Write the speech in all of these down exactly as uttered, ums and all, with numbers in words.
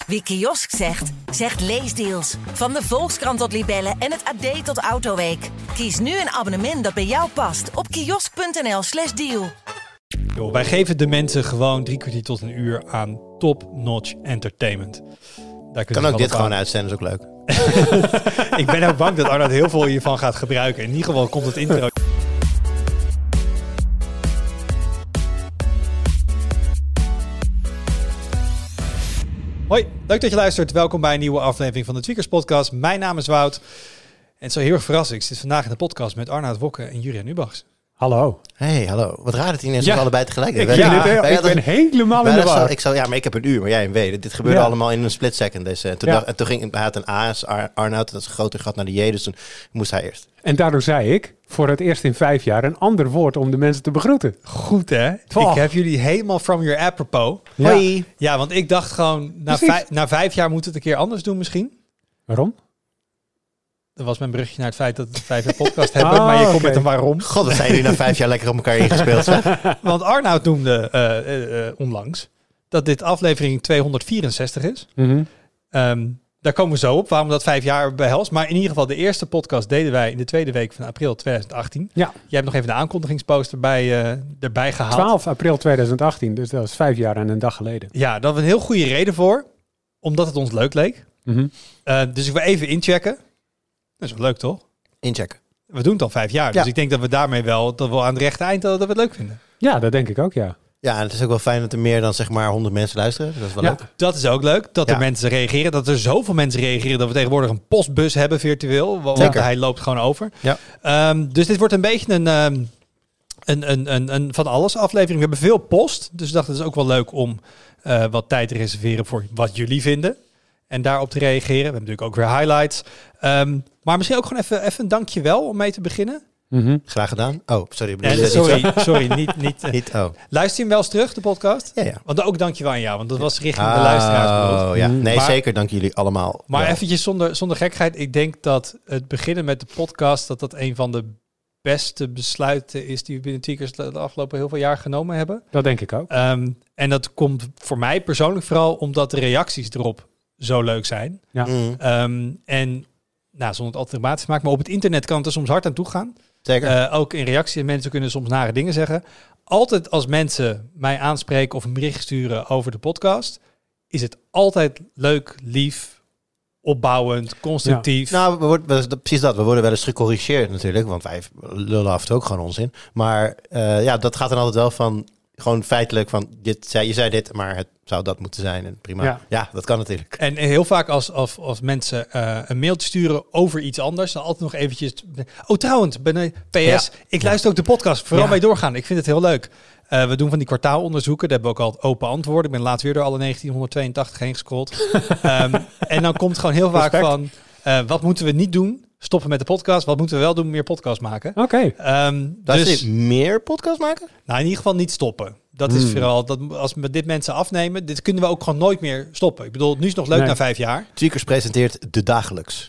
Wie kiosk zegt, zegt leesdeals. Van de Volkskrant tot Libellen en het A D tot Autoweek. Kies nu een abonnement dat bij jou past op kiosk.nl slash deal. Yo, wij geven de mensen gewoon drie kwartier tot een uur aan top-notch entertainment. Daar kan ook dit gewoon uitzenden, is ook leuk. Ik ben ook bang dat Arnoud heel veel hiervan gaat gebruiken. In ieder geval komt het intro. Hoi, leuk dat je luistert. Welkom bij een nieuwe aflevering van de Tweakers Podcast. Mijn naam is Wout. En het is wel heel erg verrassend. Ik zit vandaag in de podcast met Arnoud Wokke en Juriaan Ubachs. Hallo. Hey, hallo. Wat raar dat die ineens ja. allebei tegelijk. Ik, ja, dit, ik ben helemaal in de war. Ik zou, ja, maar ik heb een uur, maar jij een W. Dit gebeurde ja. allemaal in een split second. Dus, uh, toen, ja. dacht, en toen ging hij had een A, Ar- Arnoud, dat is een groter gat naar de J, dus toen moest hij eerst. En daardoor zei ik, voor het eerst in vijf jaar, een ander woord om de mensen te begroeten. Goed hè? Oh. Ik heb jullie helemaal from your apropos. Ja. Hoi. Ja, want ik dacht gewoon, na, vijf, na vijf jaar moeten we het een keer anders doen misschien. Waarom? Dat was mijn brugje naar het feit dat we vijf jaar podcast hebben, oh, maar je komt okay. met een waarom. God, wat zijn jullie na vijf jaar lekker op elkaar ingespeeld. Want Arnoud noemde uh, uh, uh, onlangs dat dit aflevering tweehonderdvierenzestig is. Mm-hmm. Um, daar komen we zo op, waarom dat vijf jaar behelst. Maar in ieder geval, de eerste podcast deden wij in de tweede week van april twintig achttien. Ja. Jij hebt nog even de aankondigingsposter bij, uh, erbij gehaald. twaalf april twintig achttien, dus dat is vijf jaar en een dag geleden. Ja, daar hadden we een heel goede reden voor, omdat het ons leuk leek. Mm-hmm. Uh, dus ik wil even inchecken. Dat is wel leuk, toch? Inchecken. We doen het al vijf jaar, ja. dus ik denk dat we daarmee wel, dat we aan het rechte eind dat we het leuk vinden. Ja, dat denk ik ook, ja. Ja, en het is ook wel fijn dat er meer dan zeg maar honderd mensen luisteren. Dat is wel ja, leuk. Dat is ook leuk, dat ja. er mensen reageren. Dat er zoveel mensen reageren dat we tegenwoordig een postbus hebben virtueel. Want Zeker. Hij loopt gewoon over. Ja. Um, dus dit wordt een beetje een, um, een, een, een, een van alles aflevering. We hebben veel post, dus ik dacht het is ook wel leuk om uh, wat tijd te reserveren voor wat jullie vinden. En daarop te reageren. We hebben natuurlijk ook weer highlights. Um, maar misschien ook gewoon even, even een dankjewel om mee te beginnen. Mm-hmm. Graag gedaan. Oh, sorry. En, niet sorry, sorry, niet... niet, uh, niet oh. Luister je hem wel eens terug, de podcast? Ja, ja. Want ook dankjewel aan jou, want dat was richting oh, de luisteraars. Oh, ja. Nee, maar, zeker. Dank jullie allemaal. Maar wel. eventjes zonder, zonder gekheid. Ik denk dat het beginnen met de podcast, dat dat een van de beste besluiten is die we binnen Tweakers de afgelopen heel veel jaar genomen hebben. Dat denk ik ook. Um, en dat komt voor mij persoonlijk vooral omdat de reacties erop zo leuk zijn. Ja. Mm. Um, en nou, zonder het altijd dramatisch te maken, maar op het internet kan het er soms hard aan toe gaan. Zeker. Uh, ook in reactie, mensen kunnen soms nare dingen zeggen. Altijd als mensen mij aanspreken of een bericht sturen over de podcast, is het altijd leuk, lief, opbouwend, constructief. Ja. Nou, we worden, precies dat. We worden wel eens gecorrigeerd natuurlijk, want wij lullen af en toe ook gewoon onzin. Maar uh, ja, dat gaat dan altijd wel van gewoon feitelijk van, dit zei, je zei dit, maar het zou dat moeten zijn. En prima. Ja, ja dat kan natuurlijk. En heel vaak als, als, als mensen uh, een mailtje sturen over iets anders, dan altijd nog eventjes, oh trouwens, ben, P S, ja. ik luister ja. ook de podcast, vooral ja. mee doorgaan. Ik vind het heel leuk. Uh, we doen van die kwartaalonderzoeken, daar hebben we ook altijd open antwoorden. Ik ben laatst weer door alle negentienhonderdtweeëntachtig heen gescrolld. um, en dan komt gewoon heel vaak Respect. van, uh, wat moeten we niet doen? Stoppen met de podcast. Wat moeten we wel doen? Meer podcast maken. Oké. Okay. Um, dus meer podcast maken? Nou, in ieder geval niet stoppen. Dat mm. is vooral, dat als we dit mensen afnemen, dit kunnen we ook gewoon nooit meer stoppen. Ik bedoel, nu is het nog leuk nee. na vijf jaar. Tweakers presenteert De Dagelijks.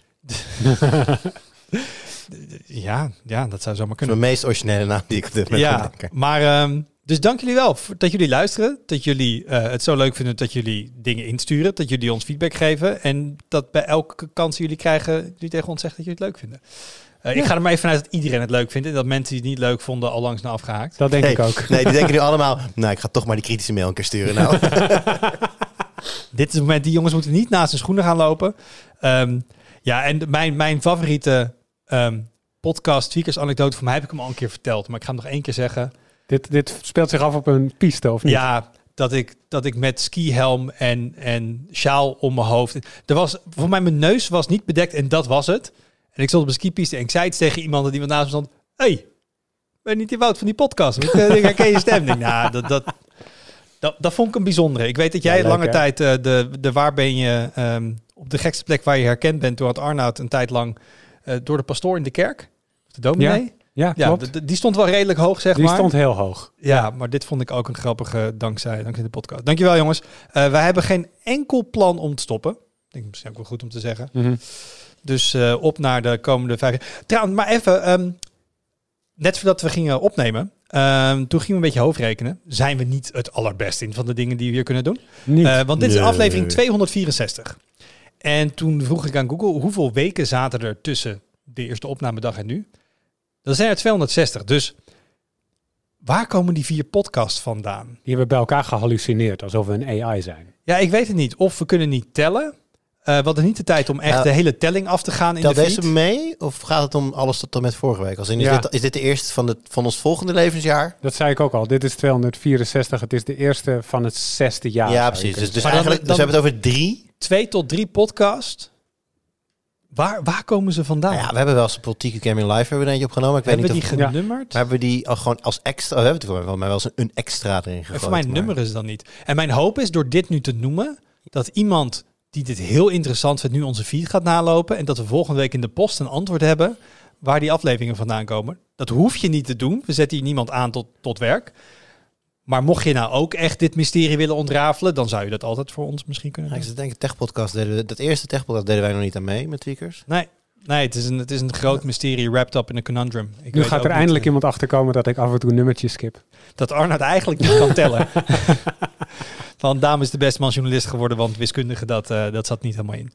ja, ja, dat zou zomaar Dat kunnen. is de meest originele naam die ik op dit moment ja, kan denken. Maar um, dus dank jullie wel dat jullie luisteren. Dat jullie uh, het zo leuk vinden dat jullie dingen insturen. Dat jullie ons feedback geven. En dat bij elke kans die jullie krijgen, jullie tegen ons zeggen dat jullie het leuk vinden. Uh, ja. Ik ga er maar even vanuit dat iedereen het leuk vindt. En dat mensen die het niet leuk vonden al lang zijn afgehaakt. Dat denk nee, ik ook. Nee, die denken nu allemaal, nou, ik ga toch maar die kritische mail een keer sturen. Nou. Dit is het moment, die jongens moeten niet naast hun schoenen gaan lopen. Um, ja, en mijn, mijn favoriete um, podcast, Tweakers anekdote, voor mij heb ik hem al een keer verteld. Maar ik ga hem nog één keer zeggen. Dit, dit speelt zich af op een piste, of niet? Ja, dat ik, dat ik met skihelm en, en sjaal om mijn hoofd. Er was, voor mij, mijn neus was niet bedekt en dat was het. En ik stond op een skipiste en ik zei iets tegen iemand die wat naast me stond. Hé, hey, ben je niet die Wout van die podcast? Ik, ik herken je stem. Ik, nou, dat, dat, dat, dat vond ik een bijzondere. Ik weet dat jij ja, lange leuk, tijd uh, de, de waar ben je um, op de gekste plek waar je herkend bent. Door het Arnoud een tijd lang uh, door de pastoor in de kerk. De dominee. Ja. Ja, klopt. Ja, d- d- die stond wel redelijk hoog, zeg die maar. Die stond heel hoog. Ja, maar dit vond ik ook een grappige dankzij, dankzij de podcast. Dankjewel, jongens. Uh, wij hebben geen enkel plan om te stoppen. Ik denk misschien ook wel goed om te zeggen. Mm-hmm. Dus uh, op naar de komende vijf jaar. Trouwens, maar even... Um, net voordat we gingen opnemen, Um, toen gingen we een beetje hoofdrekenen. Zijn we niet het allerbeste in van de dingen die we hier kunnen doen? Niet. Uh, want dit is Nee. aflevering tweehonderdvierenzestig. En toen vroeg ik aan Google, hoeveel weken zaten er tussen de eerste opnamedag en nu? Dat zijn er tweehonderdzestig. Dus waar komen die vier podcasts vandaan? Die hebben bij elkaar gehallucineerd, alsof we een A I zijn. Ja, ik weet het niet. Of we kunnen niet tellen. Uh, we hadden niet de tijd om echt Ja. de hele telling af te gaan in Tel de feed. deze mee? Of gaat het om alles tot en met vorige week? Als in, is, Ja. dit, is dit de eerste van, de, van ons volgende levensjaar? Dat zei ik ook al. Dit is tweehonderdvierenzestig. Het is de eerste van het zesde jaar. Ja, zou je precies. kunnen Dus, dus Maar dan- eigenlijk, dan- dus we hebben het over drie. Twee tot drie podcasts. Waar, waar komen ze vandaan? Nou ja, we hebben wel eens een politieke Gaming Live hebben we er eentje opgenomen. Ik weet Hebben we niet die of, Ja. genummerd? maar hebben we die al gewoon als extra... Oh, we hebben het wel, maar wel eens een extra erin gegooid. En voor mijn maar- nummer is het dan niet. En mijn hoop is door dit nu te noemen, dat iemand die dit heel interessant vindt, nu onze feed gaat nalopen. En dat we volgende week in de post een antwoord hebben waar die afleveringen vandaan komen. Dat hoef je niet te doen. We zetten hier niemand aan tot, tot werk. Maar mocht je nou ook echt dit mysterie willen ontrafelen, dan zou je dat altijd voor ons misschien kunnen Ja, doen. ik zit te denken, techpodcast deden we... Dat eerste techpodcast deden wij nog niet aan mee met Tweakers. Nee, nee het, is een, het is een groot mysterie wrapped up in een conundrum. Ik Nu weet gaat ook er niet, eindelijk eh, iemand achterkomen dat ik af en toe nummertjes skip. dat Arnoud eigenlijk niet kan tellen. Van Daan is de beste man journalist geworden, want wiskundige, dat, uh, dat zat niet helemaal in.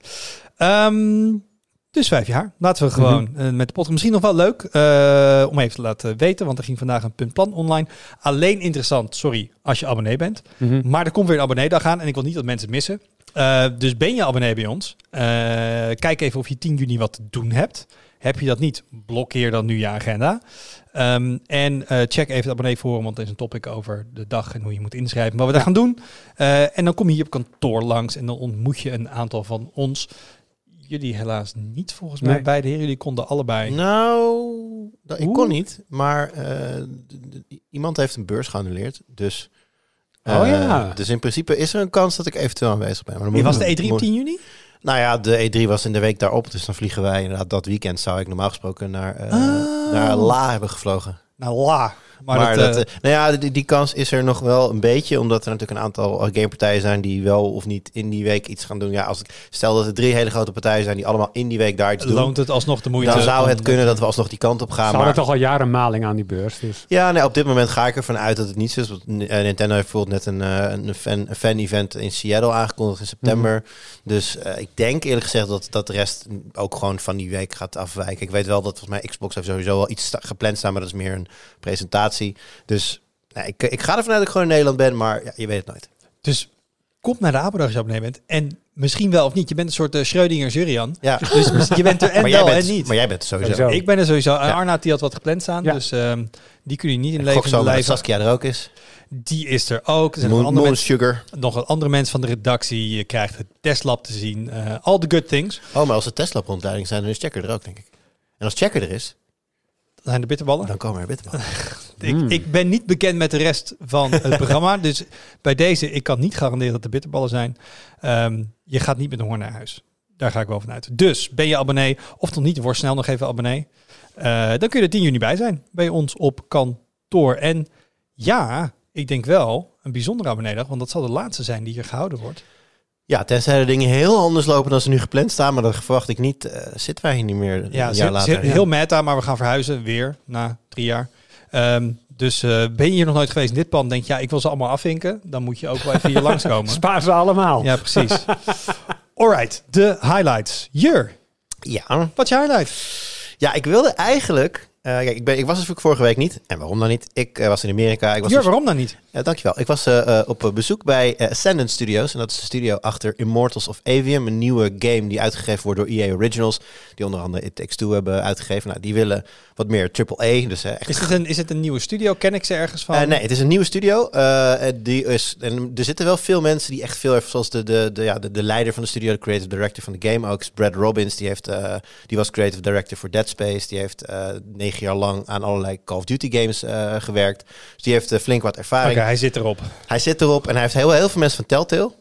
Um, dus vijf jaar. Laten we gewoon mm-hmm. uh, met de podcast. Misschien nog wel leuk uh, om even te laten weten, want er ging vandaag een puntplan online. Alleen interessant, sorry, als je abonnee bent. Mm-hmm. Maar er komt weer een abonneedag aan en ik wil niet dat mensen het missen. Uh, dus ben je abonnee bij ons? Uh, kijk even of je tien juni wat te doen hebt. Heb je dat niet, blokkeer dan nu je agenda. Um, en uh, check even het abonneeforum, want er is een topic over de dag en hoe je moet inschrijven. Wat we daar gaan doen. Uh, en dan kom je hier op kantoor langs en dan ontmoet je een aantal van ons. Jullie helaas niet volgens mij, nee. beide heren. Jullie konden allebei. Nou, dat, ik Oeh. kon niet. Maar uh, d- d- iemand heeft een beurs geannuleerd. Dus, uh, oh ja. Dus in principe is er een kans dat ik eventueel aanwezig ben. Maar dan Je moet- was de E drie op moet- tien juni? Nou ja, de E drie was in de week daarop. Dus dan vliegen wij inderdaad dat weekend. Zou ik normaal gesproken naar, uh, Oh. naar La hebben gevlogen. Nou, la. Maar, Maar, dat, dat, uh, uh, nou ja, die, die kans is er nog wel een beetje. Omdat er natuurlijk een aantal gamepartijen zijn die wel of niet in die week iets gaan doen. Ja, als ik, stel dat er drie hele grote partijen zijn die allemaal in die week daar iets doen. loont het alsnog de moeite. Dan zou het om- kunnen dat we alsnog die kant op gaan. Ze hadden Maar toch al jaren maling aan die beurs. Dus. ja, nee, op dit moment ga ik ervan uit dat het niet zo is. Want, uh, Nintendo heeft bijvoorbeeld net een, uh, een, fan, een fan-event in Seattle aangekondigd in september. Mm-hmm. Dus uh, ik denk eerlijk gezegd dat, dat de rest ook gewoon van die week gaat afwijken. Ik weet wel dat volgens mij Xbox heeft sowieso wel iets sta- gepland staan, maar dat is meer een presentatie. Dus nou, ik, ik ga ervan uit dat ik gewoon in Nederland ben, maar ja, je weet het nooit. Dus kom naar de Abodag als je abonnee bent. En misschien wel of niet. Je bent een soort uh, Schrödinger-Zurian. Ja. Dus mis- je bent er en maar, jij wel bent, en niet. maar jij bent er sowieso. Sowieso. Ik ben er sowieso. Ja. Arnaud die had wat gepland staan. Ja. Dus um, die kun je niet in Ik gok levende zomaar dat lijven. Saskia er ook is. Die is er ook. Er zijn nog Moon, andere, Moon mensen, Sugar. nog een andere mensen van de redactie. Je krijgt het testlab te zien. Uh, all the good things. Oh, maar als de Tesla-rondleiding zijn, dan is Checker er ook, denk ik. En als Checker er is, Dat zijn de bitterballen. dan komen er bitterballen. Ik, Mm. ik ben niet bekend met de rest van het programma. Dus bij deze, ik kan niet garanderen dat er bitterballen zijn. Um, je gaat niet met een hoorn naar huis. Daar ga ik wel van uit. Dus ben je abonnee of nog niet, word snel nog even abonnee. Uh, dan kun je er tien juni bij zijn. Bij ons op kantoor. En ja, ik denk wel een bijzondere abonneedag. Want dat zal de laatste zijn die hier gehouden wordt. Ja, tenzij de dingen heel anders lopen dan ze nu gepland staan, maar dat verwacht ik niet. Uh, zitten wij hier niet meer een Ja, jaar ze- later. ze- heel meta, maar we gaan verhuizen weer na drie jaar. Um, dus uh, ben je hier nog nooit geweest in dit pand, denk je, ja, ik wil ze allemaal afvinken. Dan moet je ook wel even hier langskomen. Spaar ze allemaal. Ja, precies. Alright, de highlights. Jur, Ja. wat is je highlight? Ja, ik wilde eigenlijk... Uh, kijk, ik, ben, ik was natuurlijk vorige week niet. En waarom dan niet? Ik uh, was in Amerika. Ik was Jur, dus- waarom dan niet? Ja, dankjewel. Ik was uh, uh, op bezoek bij uh, Ascendant Studios. En dat is de studio achter Immortals of Avium. Een nieuwe game die uitgegeven wordt door E A Originals. Die onder andere It Takes Two hebben uitgegeven. Nou, die willen wat meer triple A. Dus, uh, echt Is het, een, is het een nieuwe studio? Ken ik ze ergens van? Uh, nee, het is een nieuwe studio. Uh, die is, en er zitten wel veel mensen die echt veel hebben, zoals de, de, de, ja, de, de leider van de studio, de creative director van de game ook, is Brad Robbins. Die, heeft, uh, die was creative director voor Dead Space. Die heeft uh, negen jaar lang aan allerlei Call of Duty games uh, gewerkt. Dus die heeft uh, flink wat ervaring. Oké, hij zit erop. Hij zit erop en hij heeft heel, heel veel mensen van Telltale.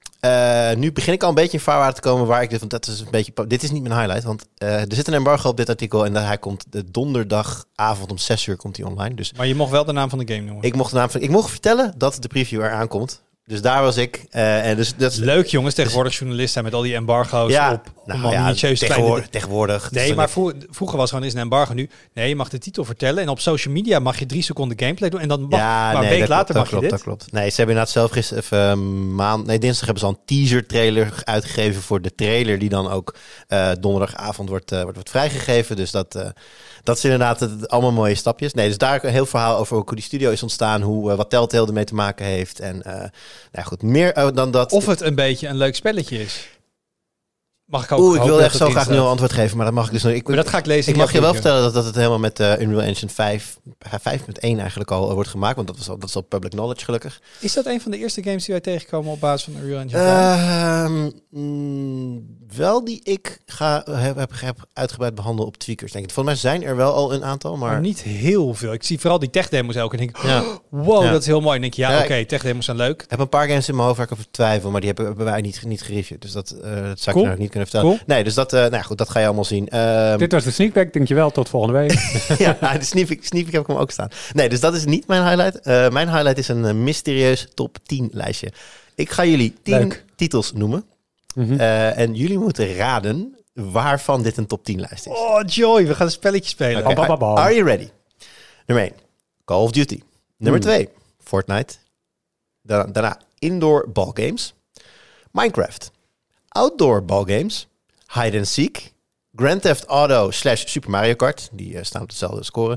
Uh, nu begin ik al een beetje in vaarwater te komen waar ik dit, want dat is een beetje, dit is niet mijn highlight, want uh, er zit een embargo op dit artikel en hij komt de donderdagavond om zes uur komt hij online. Dus Maar je mocht wel de naam van de game noemen. ik mocht de naam van, ik mocht vertellen dat de preview eraan komt. Dus daar was ik. Uh, en dus, dat is leuk jongens, tegenwoordig journalisten zijn met al die embargo's ja, op. Nou, om ja, minutieus tegenwoordig. kleine... tegenwoordig Nee, maar vro- vroeger was gewoon eens een embargo. Nu, nee, je mag de titel vertellen. En op social media mag je drie seconden gameplay doen. En dan mag, ja, maar nee, een week dat later klopt, mag dat je klopt, dit. Dat klopt. Nee, ze hebben inderdaad zelf gisteren, uh, maand, nee, dinsdag hebben ze al een teaser trailer uitgegeven voor de trailer die dan ook uh, donderdagavond wordt, uh, wordt, wordt vrijgegeven. Dus dat, uh, dat is inderdaad het, allemaal mooie stapjes. Nee, dus daar een heel verhaal over hoe die studio is ontstaan, hoe uh, wat Telltale ermee te maken heeft. En uh, nou goed, meer uh, dan dat. Of het een beetje een leuk spelletje is. Mag ik ook Oeh, ik wil echt zo graag nu nu al antwoord geven, maar dat mag ik dus nog. Ik, maar dat ga ik lezen. Ik mag je wel vertellen dat, dat het helemaal met uh, Unreal Engine vijf, vijf punt één eigenlijk al uh, wordt gemaakt, want dat, was al, dat is al public knowledge gelukkig. Is dat een van de eerste games die wij tegenkomen op basis van Unreal Engine vijf? Uh, mm, wel die ik ga, heb, heb, heb uitgebreid behandeld op Tweakers, denk ik. Volgens mij zijn er wel al een aantal, maar... maar niet heel veel. Ik zie vooral die tech-demos ook en denk, ja. wow, ja. dat is heel mooi. En denk je, ja, ja, oké, okay, ik... tech-demos zijn leuk. Ik heb een paar games in mijn hoofd waar ik over twijfel, maar die hebben, hebben wij niet, niet gereviewd. Dus dat, uh, dat zou cool. ik nog niet kunnen vertellen. Cool. Nee, dus dat, uh, nou ja, goed, dat ga je allemaal zien. Um, Dit was de sneak peek, dankjewel, tot volgende week. ja, de sneak peek, sneak peek heb ik hem ook staan. Nee, dus dat is niet mijn highlight. Uh, mijn highlight is een uh, mysterieus top tien lijstje. Ik ga jullie tien Leuk. titels noemen. Mm-hmm. Uh, en jullie moeten raden waarvan dit een top tien lijst is. Oh, joy, we gaan een spelletje spelen. Okay. Are, are you ready? Nummer één, Call of Duty. Nummer twee, mm. Fortnite. Da- daarna indoor ballgames. Minecraft. Outdoor ballgames. Hide and Seek. Grand Theft Auto slash Super Mario Kart. Die uh, staan op dezelfde score.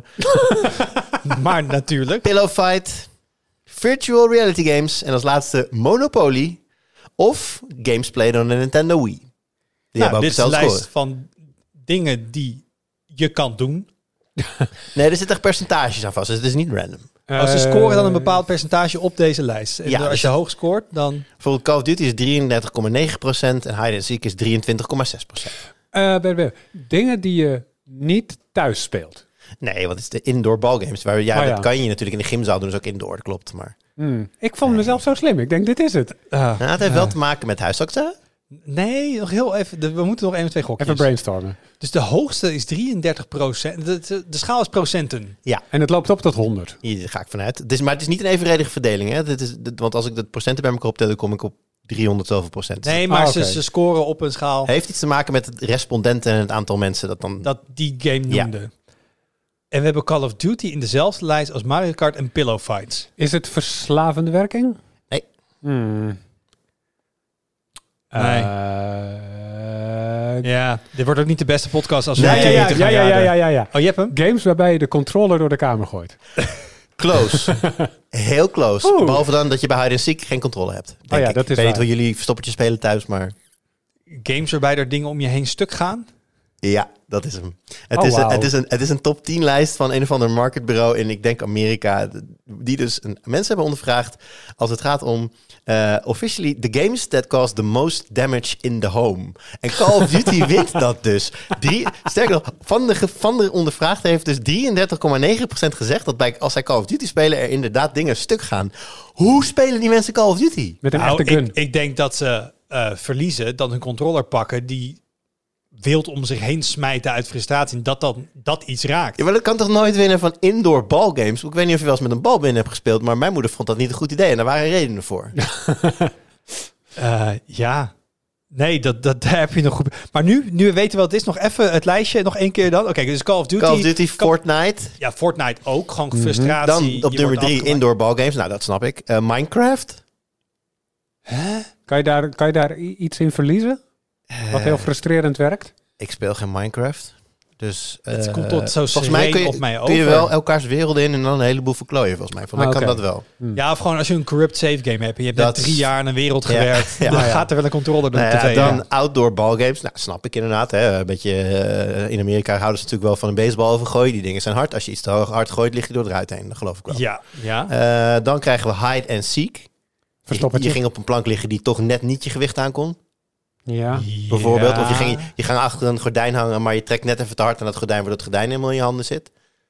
Maar natuurlijk. Pillow Fight. Virtual reality games. En als laatste Monopoly. Of games played on de Nintendo Wii. Die nou, hebben ook dit is een lijst score. van dingen die je kan doen. Nee, er zitten percentages aan vast. Dus het is niet random. Uh, als ze scoren dan een bepaald percentage op deze lijst. En ja, als dus je hoog scoort, dan... Bijvoorbeeld Call of Duty is drieëndertig komma negen procent en Hide and Seek is drieëntwintig komma zes procent. Uh, ben, ben. Dingen die je niet thuis speelt. Nee, want het is de indoor ballgames. Waar, ja, oh, ja, dat kan je natuurlijk in de gymzaal doen, dus ook indoor, dat klopt. Maar... Hmm. Ik vond mezelf zo slim. Ik denk, dit is het. Uh, nou, het heeft uh. wel te maken met huisdokter. Nee, nog heel even. De, we moeten nog één of twee gokjes. Even brainstormen. Dus de hoogste is drieëndertig procent. De, de, de schaal is procenten. Ja. En het loopt op tot honderd. Hier ga ik vanuit. Het is, maar het is niet een evenredige verdeling. Hè? Dit is, dit, want als ik de procenten bij elkaar optel, dan kom ik op driehonderd zoveel procent. Nee, maar ah, ze, okay. ze scoren op een schaal. Heeft iets te maken met het respondenten en het aantal mensen dat dan... Dat die game noemde. Ja. En we hebben Call of Duty in dezelfde lijst als Mario Kart en Pillow Fights. Is het verslavende werking? Nee. Hmm. Nee. Uh, ja, dit wordt ook niet de beste podcast als we nee, ja, ja, ja, ja, ja, ja, ja, ja. Oh, je hebt hem? Games waarbij je de controller door de kamer gooit. Close. Heel close. Oeh. Behalve dan dat je bij Hide and Seek geen controle hebt. Oh ja, ik. dat is ik weet niet hoe jullie verstoppertjes spelen thuis, maar... Games waarbij er dingen om je heen stuk gaan? Ja, dat is hem. Het, oh, is, wow. een, het, is, een, het is een top tien lijst van een of ander marketbureau in, ik denk, Amerika. Die dus een, mensen hebben ondervraagd als het gaat om uh, officially the games that cause the most damage in the home. En Call of Duty wint dat dus. Drie, sterker nog, van de, van de ondervraagde heeft dus drieëndertig komma negen procent gezegd dat bij, als zij Call of Duty spelen er inderdaad dingen stuk gaan. Hoe spelen die mensen Call of Duty? Met een nou, echte gun. Ik, ik denk dat ze uh, verliezen, dan hun controller pakken die... wild om zich heen smijten uit frustratie en dat dan dat iets raakt. Ja, maar dat kan toch nooit winnen van indoor balgames? Ik weet niet of je wel eens met een bal binnen hebt gespeeld, maar mijn moeder vond dat niet een goed idee en daar waren redenen voor. uh, ja, nee, dat, dat daar heb je nog goed. Maar nu, nu we weten wat het is, nog even het lijstje, nog één keer dan. Oké, okay, dus Call of Duty. Call of Duty, Call... Fortnite. Ja, Fortnite ook, gewoon mm-hmm. frustratie. Dan op nummer drie indoor balgames, nou dat snap ik. Uh, Minecraft. Huh? Kan je daar, kan je daar iets in verliezen? Wat heel frustrerend werkt. Ik speel geen Minecraft. Dus het uh, komt tot zo volgens mij kun je, op mij over. kun je wel elkaars werelden in en dan een heleboel verklooien volgens mij. Volgens mij ah, okay. kan dat wel. Hmm. Ja, of gewoon als je een corrupt save game hebt en je hebt net drie jaar in een wereld gewerkt, ja, ja, dan ja. gaat er wel een controller door nou de tv. Ja, dan ja. outdoor ballgames. Nou, snap ik inderdaad. Hè. Een beetje, uh, in Amerika houden ze natuurlijk wel van een baseball overgooien. Die dingen zijn hard. Als je iets te hard gooit, lig je door het ruit heen. Dat geloof ik wel. Ja, ja. Uh, dan krijgen we hide and seek. Je, je ging op een plank liggen die toch net niet je gewicht aankon. Ja. Bijvoorbeeld. Of je ging, je ging achter een gordijn hangen, maar je trekt net even te hard aan dat gordijn, waardoor het gordijn helemaal in je handen zit.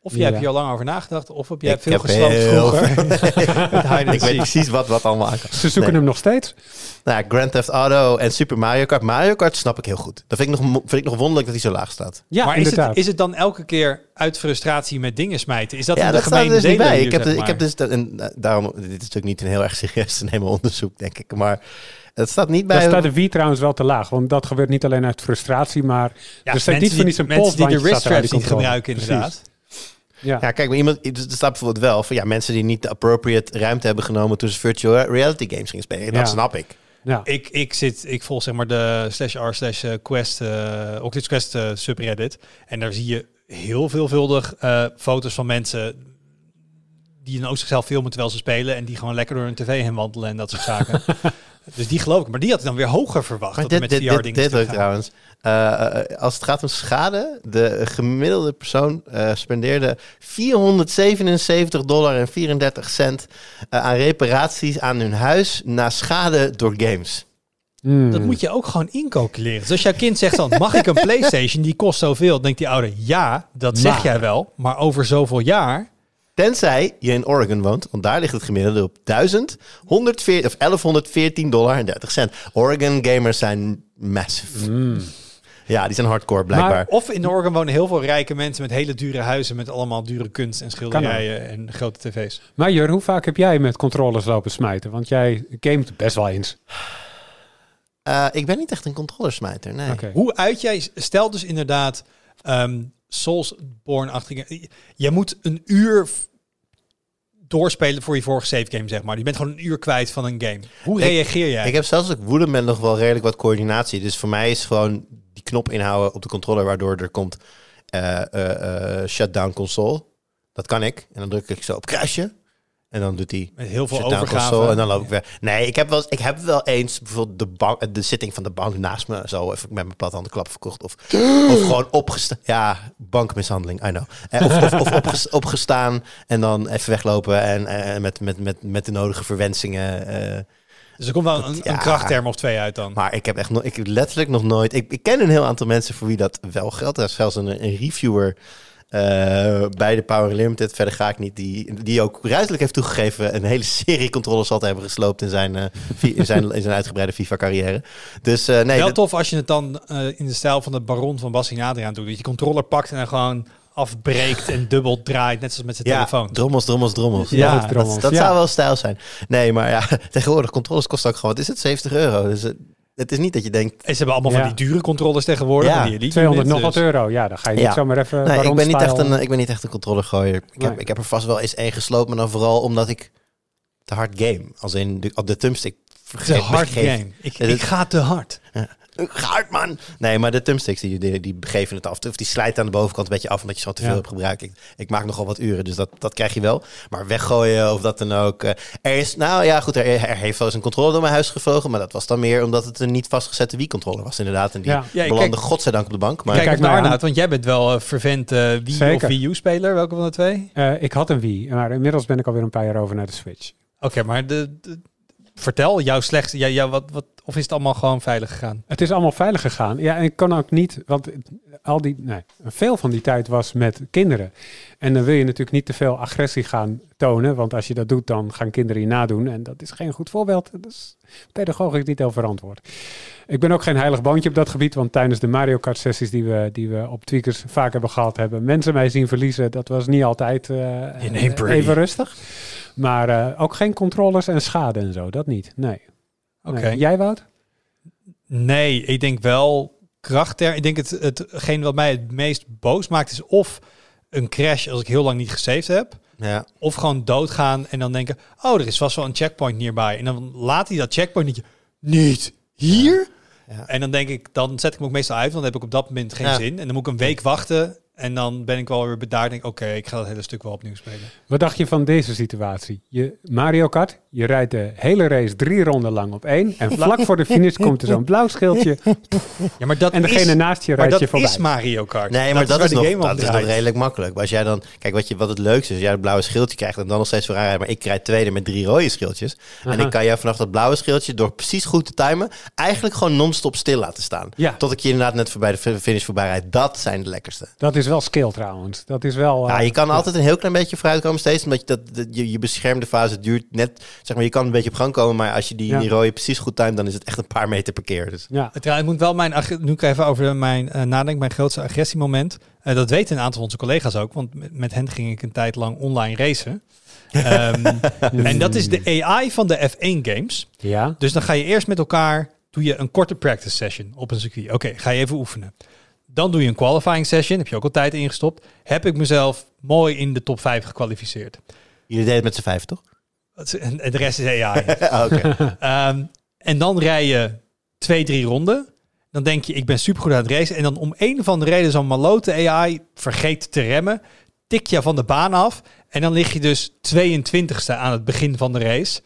Of jij Ja. hebt hier al lang over nagedacht, of heb jij Ik veel heb gesloopt heel vroeger. Met hide and Ik weet seek. precies wat, wat allemaal aankomt. Ze zoeken Nee. hem nog steeds. Nou ja, Grand Theft Auto en Super Mario Kart. Mario Kart snap ik heel goed. Dat vind ik nog, mo- vind ik nog wonderlijk dat hij zo laag staat. Ja, maar is inderdaad. het, is het dan elke keer uit frustratie met dingen smijten? Is dat ja, dan dat de staat er gemene dus niet deler bij. hier, Ik heb, zeg dus, ik heb maar? dus... dat- En, uh, daarom, dit is natuurlijk niet een heel erg serieus te nemen onderzoek, denk ik. Maar het staat niet bij... Daar staat de Wii trouwens wel te laag. Want dat gebeurt niet alleen uit frustratie, maar Ja, er staat niet mensen van die, iets een mensen die de polsbandje staat er aan wrist die niet controle. gebruiken, Precies. inderdaad. Ja. Ja, kijk, maar iemand, er staat bijvoorbeeld wel van ja, mensen die niet de appropriate ruimte hebben genomen toen ze virtual reality games gingen spelen. Dat Ja. snap ik. Ja. Ik, ik, zit, ik volg zeg maar de slash r slash quest, uh, Oculus Quest uh, subreddit. En daar zie je heel veelvuldig uh, foto's van mensen die dan ook zichzelf filmen terwijl ze spelen. En die gewoon lekker door hun tv heen wandelen en dat soort zaken. Dus die geloof ik. Maar die had ik dan weer hoger verwacht. Maar dat dit, er met dit, V R dit, dingen dit stuk ook gaan. trouwens. Uh, als het gaat om schade, de gemiddelde persoon uh, spendeerde vierhonderdzevenenzeventig dollar en vierendertig cent uh, aan reparaties aan hun huis na schade door games. Mm. Dat moet je ook gewoon incalculeren. Dus als jouw kind zegt dan, mag ik een PlayStation? Die kost zoveel. Dan denkt die ouder, ja, dat zeg Maar. jij wel. Maar over zoveel jaar... Tenzij je in Oregon woont, want daar ligt het gemiddelde op duizend honderdveertien of elfhonderdveertien dollar en dertig cent. Oregon gamers zijn massive. Mm. Ja, die zijn hardcore blijkbaar. Of in Oregon wonen heel veel rijke mensen met hele dure huizen... met allemaal dure kunst en schilderijen en grote tv's. Maar Jur, hoe vaak heb jij met controllers lopen smijten? Want jij gamet best wel eens. Uh, ik ben niet echt een controllersmijter, nee. Oké. Hoe uit jij... Stel dus inderdaad um, Soulsborne-achtige... Je moet een uur f- doorspelen voor je vorige save game, zeg maar. Je bent gewoon een uur kwijt van een game. Hoe Ik- reageer jij? Ik heb zelfs als ik woedend ben nog wel redelijk wat coördinatie. Dus voor mij is gewoon die knop inhouden op de controller... waardoor er komt uh, uh, uh, shutdown console. Dat kan ik. En dan druk ik zo op kruisje. En dan doet hij Met heel veel shutdown overgave. console. En dan loop ik weg. Nee, ik heb wel, ik heb wel eens bijvoorbeeld de, bank, de zitting van de bank naast me... zo even met mijn platte handen klap verkocht. Of, of gewoon opgestaan. Ja, bankmishandeling, I know. Eh, Of, of, of opges, opgestaan en dan even weglopen... en uh, met, met, met, met de nodige verwensingen... Uh, Dus er komt wel een, Ja. een krachtterm of twee uit dan. Maar ik heb echt nog, ik heb letterlijk nog nooit. Ik, ik ken een heel aantal mensen voor wie dat wel geldt. Er is zelfs een, een reviewer uh, bij de Power Unlimited. Verder ga ik niet. Die, die ook ruidelijk heeft toegegeven een hele serie controllers al te hebben gesloopt in zijn, uh, vi- in zijn, in zijn uitgebreide FIFA-carrière. Dus uh, nee. wel dat- tof als je het dan uh, in de stijl van de Baron van Bassi Adriaan doet. Dat je controller pakt en dan gewoon afbreekt en dubbel draait. Net zoals met zijn ja, telefoon. drommels, drommels, drommels. Ja, Ja, drommels, dat, dat ja. zou wel stijl zijn. Nee, maar ja, tegenwoordig controllers kosten ook gewoon, wat is het, zeventig euro. Dus uh, het is niet dat je denkt... En ze hebben allemaal Ja. van die dure controllers tegenwoordig. Ja, van die elite tweehonderd nog units, wat dus- euro. Ja, dan ga je niet Ja. zomaar even... Nee, ik Baron ben, niet echt style- een, ik ben niet echt een controllergooier. Ik heb, Nee. ik heb er vast wel eens één gesloopt, maar dan vooral omdat ik te hard game. Als in de, op de thumbstick. Te vergeet- hard begeef- game. Ik, Ja, ik dit- ga te hard. Ga hard, man! Nee, maar de thumbsticks die, die, die begeven het af. Of die slijten aan de bovenkant een beetje af omdat je zo te veel Ja. hebt gebruikt. Ik, ik maak nogal wat uren, dus dat, dat krijg je wel. Maar weggooien of dat dan ook. Uh, er is, nou ja, goed, er, er heeft wel eens een controller door mijn huis gevlogen. Maar dat was dan meer omdat het een niet vastgezette Wii-controller was, inderdaad. En die Ja. Ja, ik belandde kijk- godzijdank op de bank. Maar Kijk, Kijk eens naar maar aan. Arnoud, want jij bent wel een vervent uh, Wii Zeker. of Wii U-speler. Welke van de twee? Eh, ik had een Wii, maar inmiddels ben ik alweer een paar jaar over naar de Switch. Oké, maar de, de- vertel, jouw slechtste... Ja, ja, wat, wat, of is het allemaal gewoon veilig gegaan? Het is allemaal veilig gegaan. Ja, en ik kan ook niet, want al die, nee, veel van die tijd was met kinderen. En dan wil je natuurlijk niet te veel agressie gaan tonen, want als je dat doet, dan gaan kinderen je nadoen. En dat is geen goed voorbeeld. Dat is pedagogisch niet heel verantwoord. Ik ben ook geen heilig boontje op dat gebied, want tijdens de Mario Kart sessies die we, die we op Tweakers vaak hebben gehad, hebben mensen mij zien verliezen. Dat was niet altijd uh, In één birdie. even rustig. Maar uh, ook geen controllers en schade en zo, dat niet. Nee. Oké. Nee. Jij, Wout? Nee, ik denk wel krachter. Ik denk het, hetgeen wat mij het meest boos maakt is of een crash als ik heel lang niet gesaved heb. ja. Of gewoon doodgaan en dan denken, oh, er is vast wel een checkpoint nearby. En dan laat hij dat checkpoint niet, niet hier. Ja. En dan denk ik, dan zet ik me ook meestal uit, want dan heb ik op dat moment geen Ja. zin. En dan moet ik een week wachten en dan ben ik wel weer bedaard. Denk, oké, ik ga dat hele stuk wel opnieuw spelen. Wat dacht je van deze situatie? Je Mario Kart, je rijdt de hele race drie ronden lang op één. En vlak voor de finish komt er zo'n blauw schildje. Ja, maar dat En degene is, naast je maar rijdt dat je voorbij. is Mario Kart. Nee, maar dat, waar is, de nog, game om dat is nog draait. redelijk makkelijk. Maar als jij dan, kijk, wat, je, wat het leukste is, als jij het blauwe schildje krijgt en dan nog steeds vooraan rijdt, maar ik rijd tweede met drie rode schildjes. En Aha. ik kan jou vanaf dat blauwe schildje, door precies goed te timen, eigenlijk gewoon non-stop stil laten staan. Ja. Tot ik je inderdaad net voorbij de fi- finish voorbij rijd. Dat zijn de lekkerste. Dat is is wel skill trouwens. Dat is wel... Ja, uh, je kan ja. altijd een heel klein beetje vooruitkomen steeds. Omdat je, dat, dat, je, je beschermde fase duurt net... Zeg maar, je kan een beetje op gang komen. Maar als je die, Ja. die rode precies goed timed... dan is het echt een paar meter per keer. Dus. Ja. Trouwens, ik moet wel mijn... ag- Nu ik even over mijn uh, nadenk. Mijn grootste agressiemoment. Uh, dat weten een aantal van onze collega's ook. Want met, met hen ging ik een tijd lang online racen. um, en dat is de A I van de F één games. Ja. Dus dan ga je eerst met elkaar... Doe je een korte practice session op een circuit. Oké, okay, ga je even oefenen. Dan doe je een qualifying session. Heb je ook al tijd ingestopt. Heb ik mezelf mooi in de top vijf gekwalificeerd. Jullie deden het met z'n vijf, toch? En de rest is A I. ah, okay. um, en dan rij je twee, drie ronden. Dan denk je, ik ben supergoed aan het racen. En dan om een of andere reden zo'n malote A I vergeet te remmen. Tik je van de baan af. En dan lig je dus tweeëntwintigste aan het begin van de race.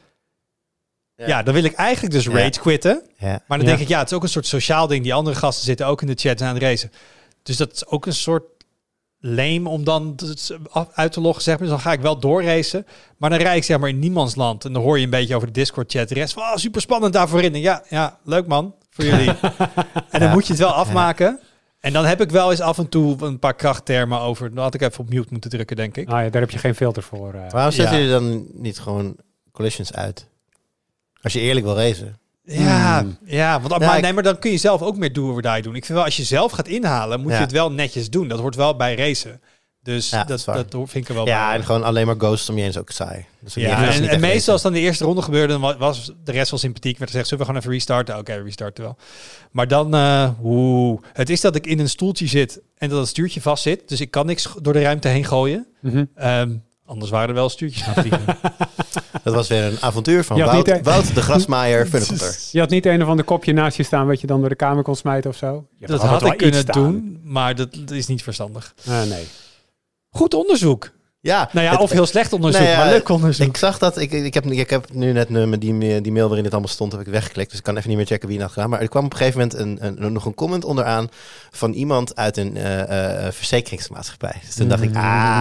Ja, ja dan wil ik eigenlijk dus rage ja. quitten. Ja. Maar dan Ja. denk ik, ja, het is ook een soort sociaal ding. Die andere gasten zitten ook in de chat en aan het racen. Dus dat is ook een soort lame om dan uit te loggen, zeg maar. Dus dan ga ik wel doorracen. Maar dan rijd ik zeg maar in niemands land. En dan hoor je een beetje over de Discord chat. De rest van, oh, super spannend daarvoor in. En ja, ja, leuk man, voor jullie. En dan Ja. moet je het wel afmaken. En dan heb ik wel eens af en toe een paar krachttermen over. Dan had ik even op mute moeten drukken, denk ik. Ah ja, daar heb je geen filter voor. Uh. Waarom zetten Ja. jullie dan niet gewoon collisions uit? Als je eerlijk wil racen. Ja, Hmm. ja, want Ja, maar, ik- nee, maar dan kun je zelf ook meer do or die doen. Ik vind wel, als je zelf gaat inhalen, moet Ja. je het wel netjes doen. Dat hoort wel bij racen. Dus Ja, dat dat, is waar. dat hoor- vind ik er wel Ja, bij. en gewoon alleen maar ghosts om je heen is ook saai. Dus ook Ja, niet- dat is en, niet en echt meestal racen. als dan de eerste ronde gebeurde, dan wa- was de rest wel sympathiek. Werd gezegd, zullen we gewoon even restarten? Oké, okay, restarten wel. Maar dan, uh, oeh, het is dat ik in een stoeltje zit en dat het stuurtje vast zit. Dus ik kan niks door de ruimte heen gooien. Mm-hmm. Um, anders waren er wel stuurtjes gaan vliegen. Dat was weer een avontuur van Je had Wout, niet, hè? Wout de grasmaaier Funnekotter. Je had niet een of ander kopje naast je staan wat je dan door de kamer kon smijten of zo? Je dat altijd had wel ik kunnen iets staan. doen, maar dat, dat is niet verstandig. Ah, nee. Goed onderzoek. Ja, Nou ja, het- of heel slecht onderzoek, Nee, ja, maar leuk onderzoek. Ik zag dat, ik, ik, heb, ik heb nu net uh, die, die mail waarin het allemaal stond, heb ik weggeklikt. Dus ik kan even niet meer checken wie het had gedaan. Maar er kwam op een gegeven moment een, een, nog een comment onderaan van iemand uit een uh, uh, verzekeringsmaatschappij. Dus toen dacht ik,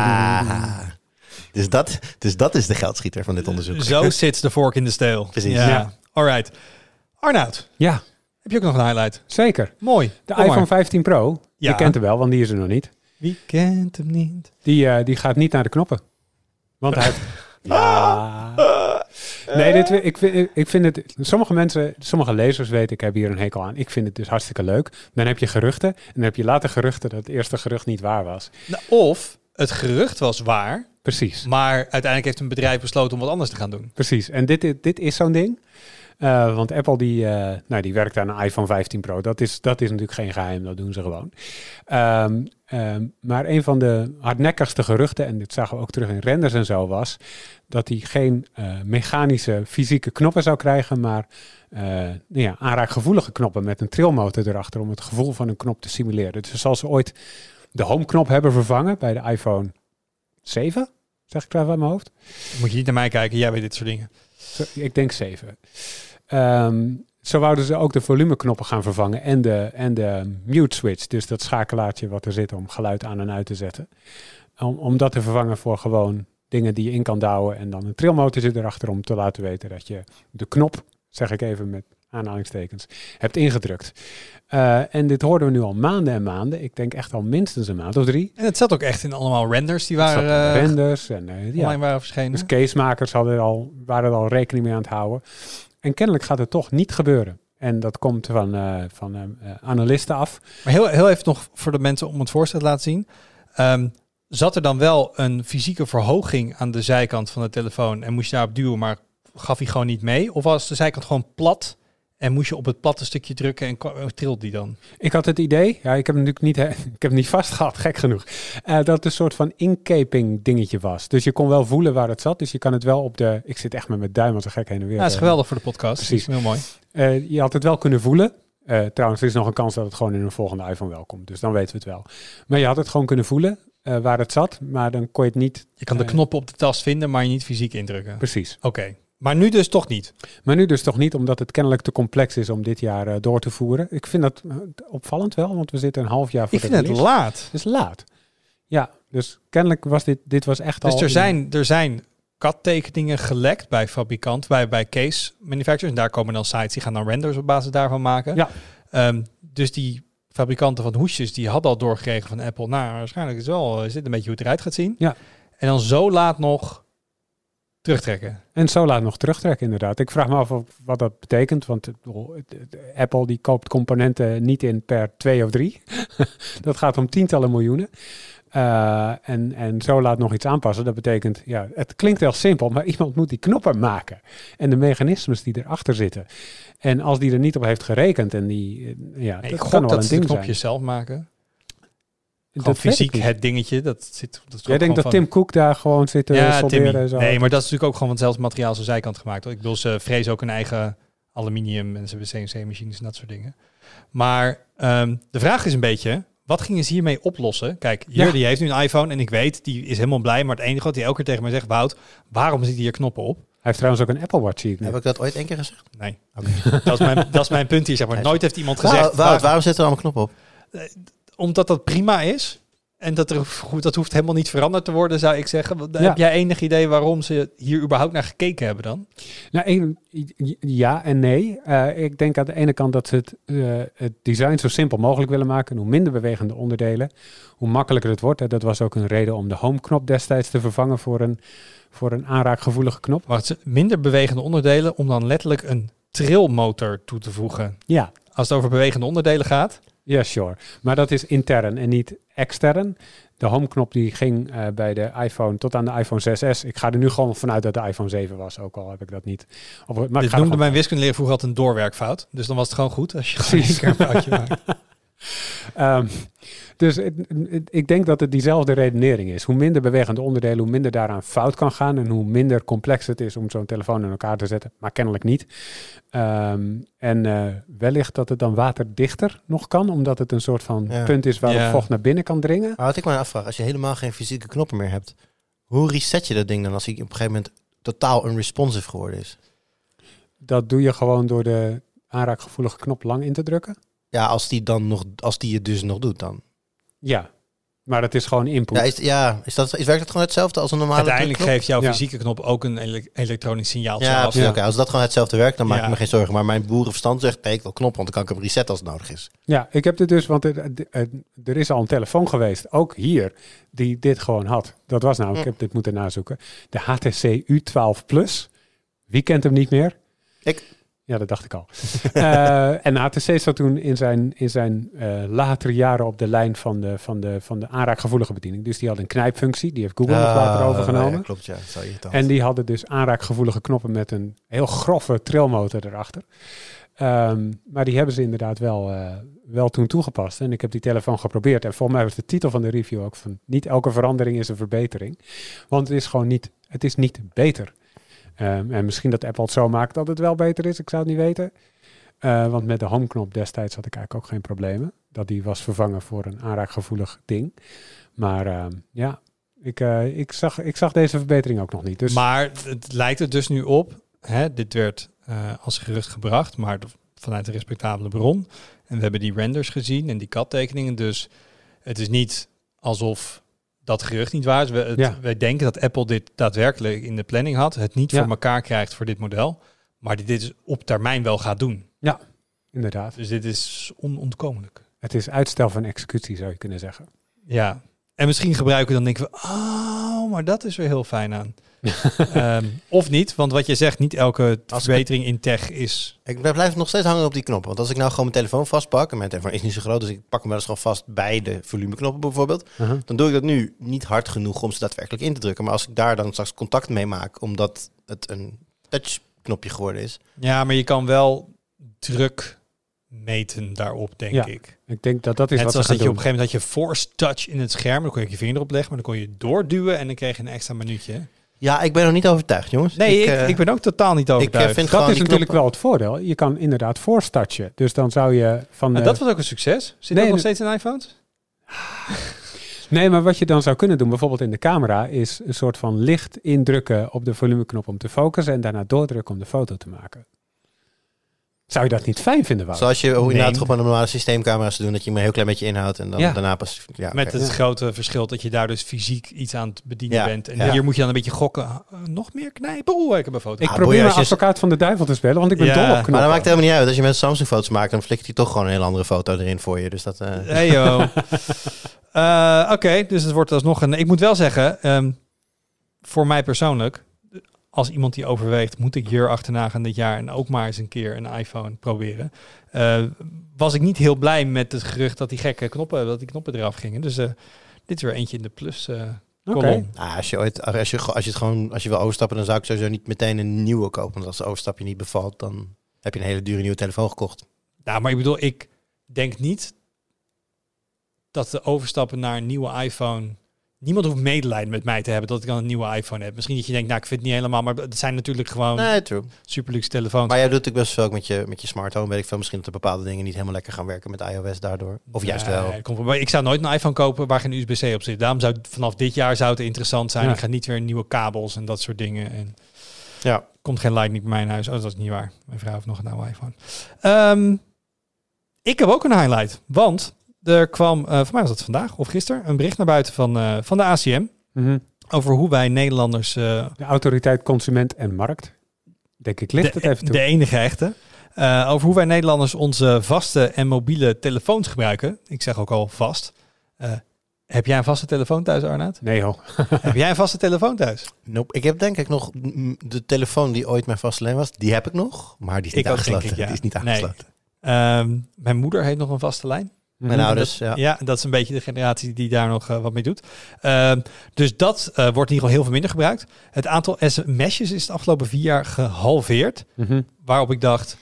ah, dus dat, dus dat is de geldschieter van dit onderzoek. Zo zit de vork in de steel. Precies. Ja. Ja. Alright. Arnoud, Ja, heb je ook nog een highlight? zeker. Mooi. De Kom iPhone maar. vijftien Pro, Ja. je kent hem wel, want die is er nog niet. Wie kent hem niet? Die, uh, die gaat niet naar de knoppen. Want hij heeft... Ja. Nee, dit, ik, vind, ik vind het... Sommige mensen, sommige lezers weten, ik heb hier een hekel aan. Ik vind het dus hartstikke leuk. Dan heb je geruchten. En dan heb je later geruchten dat het eerste gerucht niet waar was. Nou, of het gerucht was waar, Precies. maar uiteindelijk heeft een bedrijf besloten om wat anders te gaan doen. Precies. En dit, dit, dit is zo'n ding. Uh, want Apple die, uh, nou, die werkt aan een iPhone vijftien Pro. Dat is, dat is natuurlijk geen geheim, dat doen ze gewoon. Um, um, maar een van de hardnekkigste geruchten, en dit zagen we ook terug in renders en zo, was dat hij geen uh, mechanische fysieke knoppen zou krijgen, maar uh, nou ja, aanraakgevoelige knoppen met een trilmotor erachter om het gevoel van een knop te simuleren. Dus zoals ze ooit de home-knop hebben vervangen bij de iPhone zeven, zeg ik trouwens uit mijn hoofd. Moet je niet naar mij kijken, jij weet dit soort dingen. Zo, ik denk zeven. Um, zo wouden ze ook de volumeknoppen gaan vervangen en de, en de mute switch. Dus dat schakelaartje wat er zit om geluid aan en uit te zetten. Om, om dat te vervangen voor gewoon dingen die je in kan douwen. En dan een trilmotor zit erachter om te laten weten dat je de knop, zeg ik even met aanhalingstekens, hebt ingedrukt. Uh, en dit hoorden we nu al maanden en maanden. Ik denk echt al minstens een maand of drie. En het zat ook echt in allemaal renders die waren, uh, uh, renders en uh, ja. online waren verschenen. Dus casemakers hadden al, waren er al rekening mee aan het houden. En kennelijk gaat het toch niet gebeuren. En dat komt van, uh, van uh, analisten af. Maar heel, heel even nog voor de mensen om het voorstel te laten zien. Um, zat er dan wel een fysieke verhoging aan de zijkant van de telefoon en moest je daarop duwen, maar gaf hij gewoon niet mee? Of was de zijkant gewoon plat en moest je op het platte stukje drukken en trilde die dan? Ik had het idee, ja, ik heb het natuurlijk niet, he, ik heb het niet vast gehad, gek genoeg, uh, dat het een soort van inkaping dingetje was. Dus je kon wel voelen waar het zat. Dus je kan het wel op de, ik zit echt met mijn duim als een gek heen en weer. Ja, dat is geweldig voor de podcast. Precies. Heel mooi. Uh, je had het wel kunnen voelen. Uh, trouwens, er is nog een kans dat het gewoon in een volgende iPhone wel komt. Dus dan weten we het wel. Maar je had het gewoon kunnen voelen uh, waar het zat. Maar dan kon je het niet... Je kan de uh, knoppen op de tas vinden, maar je niet fysiek indrukken. Precies. Oké. Okay. Maar nu dus toch niet? Maar nu dus toch niet, omdat het kennelijk te complex is om dit jaar uh, door te voeren. Ik vind dat uh, opvallend wel, want we zitten een half jaar voor Ik de vind het laat. Het is laat. Ja, dus kennelijk was dit, dit was echt dus al... Dus er zijn, er zijn kattekeningen gelekt bij fabrikant, bij, bij case manufacturers. En daar komen dan sites die gaan dan renders op basis daarvan maken. Ja. Um, dus die fabrikanten van hoesjes, die hadden al doorgekregen van Apple. Nou, waarschijnlijk is wel, is dit een beetje hoe het eruit gaat zien. Ja. En dan zo laat nog terugtrekken. En zo laat nog terugtrekken, inderdaad. Ik vraag me af wat dat betekent, want Apple die koopt componenten niet in per twee of drie. Dat gaat om tientallen miljoenen. Uh, en, en zo laat nog iets aanpassen. Dat betekent, ja, het klinkt heel simpel, maar iemand moet die knoppen maken. En de mechanismes die erachter zitten. En als die er niet op heeft gerekend en die, ja, Nee, dat ik kan gok wel dat een ze de ding knopjes zijn. zelf maken. Dat Gewoon weet ik fysiek niet. het dingetje. Dat zit. Dat is Jij ook denkt dat gewoon Tim Cook daar gewoon zit te van, ja, solderen Timmy. en zo? Nee, maar dat is natuurlijk ook gewoon van hetzelfde materiaal als de zijkant gemaakt. Hoor. Ik bedoel, ze vrezen ook een eigen aluminium en ze hebben C N C-machines en dat soort dingen. Maar um, de vraag is een beetje, wat gingen ze hiermee oplossen? Kijk, Jurdi heeft nu een iPhone en ik weet, die is helemaal blij. Maar het enige wat hij elke keer tegen mij zegt, Wout, waarom zitten hier knoppen op? Hij heeft trouwens ook een Apple Watch, zie ik nu. Heb ik dat ooit één keer gezegd? Nee, Okay. dat, is mijn, dat is mijn punt hier. Zeg maar. Nooit heeft iemand gezegd, Wout, Wout, waar- waarom zitten er allemaal knoppen op? omdat dat prima is. En dat, er, goed, dat hoeft helemaal niet veranderd te worden, zou ik zeggen. Wat- Ja. Heb jij enig idee waarom ze hier überhaupt naar gekeken hebben dan? Nou, een- ja en nee. Uh, ik denk aan de ene kant dat ze het, uh, het design zo simpel mogelijk willen maken. En hoe minder bewegende onderdelen, hoe makkelijker het wordt. Hè. Dat was ook een reden om de home-knop destijds te vervangen voor een, voor een aanraakgevoelige knop. Maar het zijn minder bewegende onderdelen om dan letterlijk een trilmotor toe te voegen. Ja, Als het over bewegende onderdelen gaat. ja, sure. Maar dat is intern en niet extern. De home-knop die ging uh, bij de iPhone tot aan de iPhone zes S. Ik ga er nu gewoon vanuit dat de iPhone zeven was, ook al heb ik dat niet. Of, maar ik Dit ga er noemde gewoon- mijn wiskundeleraar vroeger altijd een doorwerkfout. Dus dan was het gewoon goed als je gewoon een keer een foutje maakt. Um, dus het, het, ik denk dat het diezelfde redenering is. Hoe minder bewegende onderdelen, hoe minder daaraan fout kan gaan en hoe minder complex het is om zo'n telefoon in elkaar te zetten. Maar kennelijk niet. Um, en uh, wellicht dat het dan waterdichter nog kan, omdat het een soort van Ja. punt is waar Ja. het vocht naar binnen kan dringen. Maar wat ik me afvraag, als je helemaal geen fysieke knoppen meer hebt, hoe reset je dat ding dan als hij op een gegeven moment totaal unresponsive geworden is? Dat doe je gewoon door de aanraakgevoelige knop lang in te drukken. Ja, als die dan nog, als die het dus nog doet dan. Ja, maar het is gewoon input. Ja, is, ja, is dat, is, werkt het gewoon hetzelfde als een normale Uiteindelijk drukknop? geeft jouw Ja. fysieke knop ook een ele- elektronisch signaaltje Ja, af. precies. Ja. Oké, als dat gewoon hetzelfde werkt, dan maak Ja. ik me geen zorgen. Maar mijn boerenverstand zegt, nee, ik wil knop, want dan kan ik hem resetten als het nodig is. Ja, ik heb dit dus, want er, er- er is al een telefoon geweest, ook hier, die dit gewoon had. Dat was nou, ik heb dit moeten nazoeken. De H T C U twaalf Plus. Wie kent hem niet meer? Ik. Ja, dat dacht ik al. uh, en H T C zat toen in zijn, in zijn uh, latere jaren op de lijn van de, van, de, van de aanraakgevoelige bediening. Dus die had een knijpfunctie, die heeft Google nog later overgenomen. Ja, klopt, ja. Dat is wel irritant. En die hadden dus aanraakgevoelige knoppen met een heel grove trilmotor erachter. Um, maar die hebben ze inderdaad wel, uh, wel toen toegepast. En ik heb die telefoon geprobeerd. En volgens mij was de titel van de review ook van niet elke verandering is een verbetering. Want het is gewoon niet, het is niet beter. Um, en misschien dat Apple het zo maakt dat het wel beter is. Ik zou het niet weten. Uh, want met de homeknop destijds had ik eigenlijk ook geen problemen. Dat die was vervangen voor een aanraakgevoelig ding. Maar uh, ja, ik, uh, ik, zag, ik zag deze verbetering ook nog niet. Dus Maar het lijkt er dus nu op. Hè, dit werd uh, als gerucht gebracht, maar vanuit een respectabele bron. En we hebben die renders gezien en die C A D-tekeningen. Dus het is niet alsof dat gerucht niet waar is. We, het, Ja. wij denken dat Apple dit daadwerkelijk in de planning had. Het niet Ja. voor elkaar krijgt voor dit model. Maar dit is op termijn wel gaat doen. ja, inderdaad. Dus dit is onontkomelijk. Het is uitstel van executie, zou je kunnen zeggen. Ja. En misschien gebruiken dan denken we, oh, maar dat is weer heel fijn aan. um, of niet, want wat je zegt, niet elke Als verbetering in tech is... Ik blijf nog steeds hangen op die knop. Want als ik nou gewoon mijn telefoon vastpak, en mijn telefoon is niet zo groot, dus ik pak hem wel eens gewoon vast bij de volumeknoppen bijvoorbeeld, Uh-huh. dan doe ik dat nu niet hard genoeg om ze daadwerkelijk in te drukken. Maar als ik daar dan straks contact mee maak, omdat het een touchknopje geworden is. Ja, maar je kan wel druk meten daarop, denk Ja, ik. Ik denk dat dat is Net wat zoals ze dat gaan je op een doen. gegeven moment had je force touch in het scherm. Dan kon je je vinger erop leggen, maar dan kon je doorduwen en dan kreeg je een extra minuutje. Ja, ik ben nog niet overtuigd, jongens. Nee, ik, eh, ik ben ook totaal niet ik overtuigd. eh, vind Dat gewoon is die natuurlijk knoppen- wel het voordeel. Je kan inderdaad force touchen. Dus dan zou je van... Maar de- dat was ook een succes. Zit Nee, dat nog nee. steeds in iPhones? Nee, maar wat je dan zou kunnen doen, bijvoorbeeld in de camera, is een soort van licht indrukken op de volumeknop om te focussen en daarna doordrukken om de foto te maken. Zou je dat niet fijn vinden, Wout? Zoals je hoe Nee. inderdaad op een normale systeemcamera's te doen, dat je maar een heel klein beetje inhoudt en dan Ja. daarna pas... Ja, Met oké. het Ja. grote verschil dat je daar dus fysiek iets aan het bedienen Ja, bent. En ja. hier moet je dan een beetje gokken. Uh, nog meer knijpen? Oeh, ik heb een foto. Ik Ah, probeer boeien, mijn als je- advocaat van de duivel te spelen, want ik ben Ja, dol op maar knoppen. Maar dat maakt helemaal niet uit. Als je met Samsung foto's maakt, dan flikt hij toch gewoon een hele andere foto erin voor je. Dus dat... eh, Hey yo. Uh, Oké, dus het wordt alsnog een... Ik moet wel zeggen, um, voor mij persoonlijk, als iemand die overweegt, moet ik hier achterna gaan dit jaar en ook maar eens een keer een iPhone proberen, uh, was ik niet heel blij met het gerucht dat die gekke knoppen, dat die knoppen eraf gingen. Dus uh, dit is weer eentje in de plus uh, kolom. Oké. Nou, als je ooit, als je, als je het gewoon, als je wil overstappen, dan zou ik sowieso niet meteen een nieuwe kopen. Want als de overstap je niet bevalt, dan heb je een hele dure nieuwe telefoon gekocht. Nou, maar ik bedoel, ik denk niet dat de overstappen naar een nieuwe iPhone... Niemand hoeft medelijden met mij te hebben dat ik dan een nieuwe iPhone heb. Misschien dat je denkt, nou, ik vind het niet helemaal... Maar het zijn natuurlijk gewoon Nee, true. super luxe telefoons. Maar jij doet natuurlijk best veel ook met je, met je smart home. Weet ik veel, misschien dat er bepaalde dingen niet helemaal lekker gaan werken met iOS daardoor. Of juist Nee, wel. dat komt wel. Maar ik zou nooit een iPhone kopen waar geen U S B-C op zit. Daarom zou het vanaf dit jaar zou het interessant zijn. Ja. Ik ga niet weer nieuwe kabels en dat soort dingen. En Ja. komt geen Lightning bij mijn huis. Oh, dat is niet waar. Mijn vrouw heeft nog een oude iPhone. Um, ik heb ook een highlight. Want er kwam, uh, voor mij was dat vandaag of gisteren, een bericht naar buiten van, uh, van de A C M. Mm-hmm. Over hoe wij Nederlanders... Uh, de Autoriteit Consument en Markt. Denk ik, ligt de, het even toe. De enige echte. Uh, over hoe wij Nederlanders onze vaste en mobiele telefoons gebruiken. Ik zeg ook al vast. Uh, heb jij een vaste telefoon thuis, Arnoud? Nee hoor. Heb jij een vaste telefoon thuis? Nope. Ik heb denk ik nog mm, de telefoon die ooit mijn vaste lijn was. Die heb ik nog, maar die is niet ik ook, aangesloten. denk ik, ja. Die is niet Nee. aangesloten. Um, mijn moeder heeft nog een vaste lijn. Mijn ouders, dat, ja. ja, dat is een beetje de generatie die daar nog uh, wat mee doet. Uh, dus dat uh, wordt in ieder geval heel veel minder gebruikt. Het aantal sms'jes is de afgelopen vier jaar gehalveerd. Mm-hmm. Waarop ik dacht,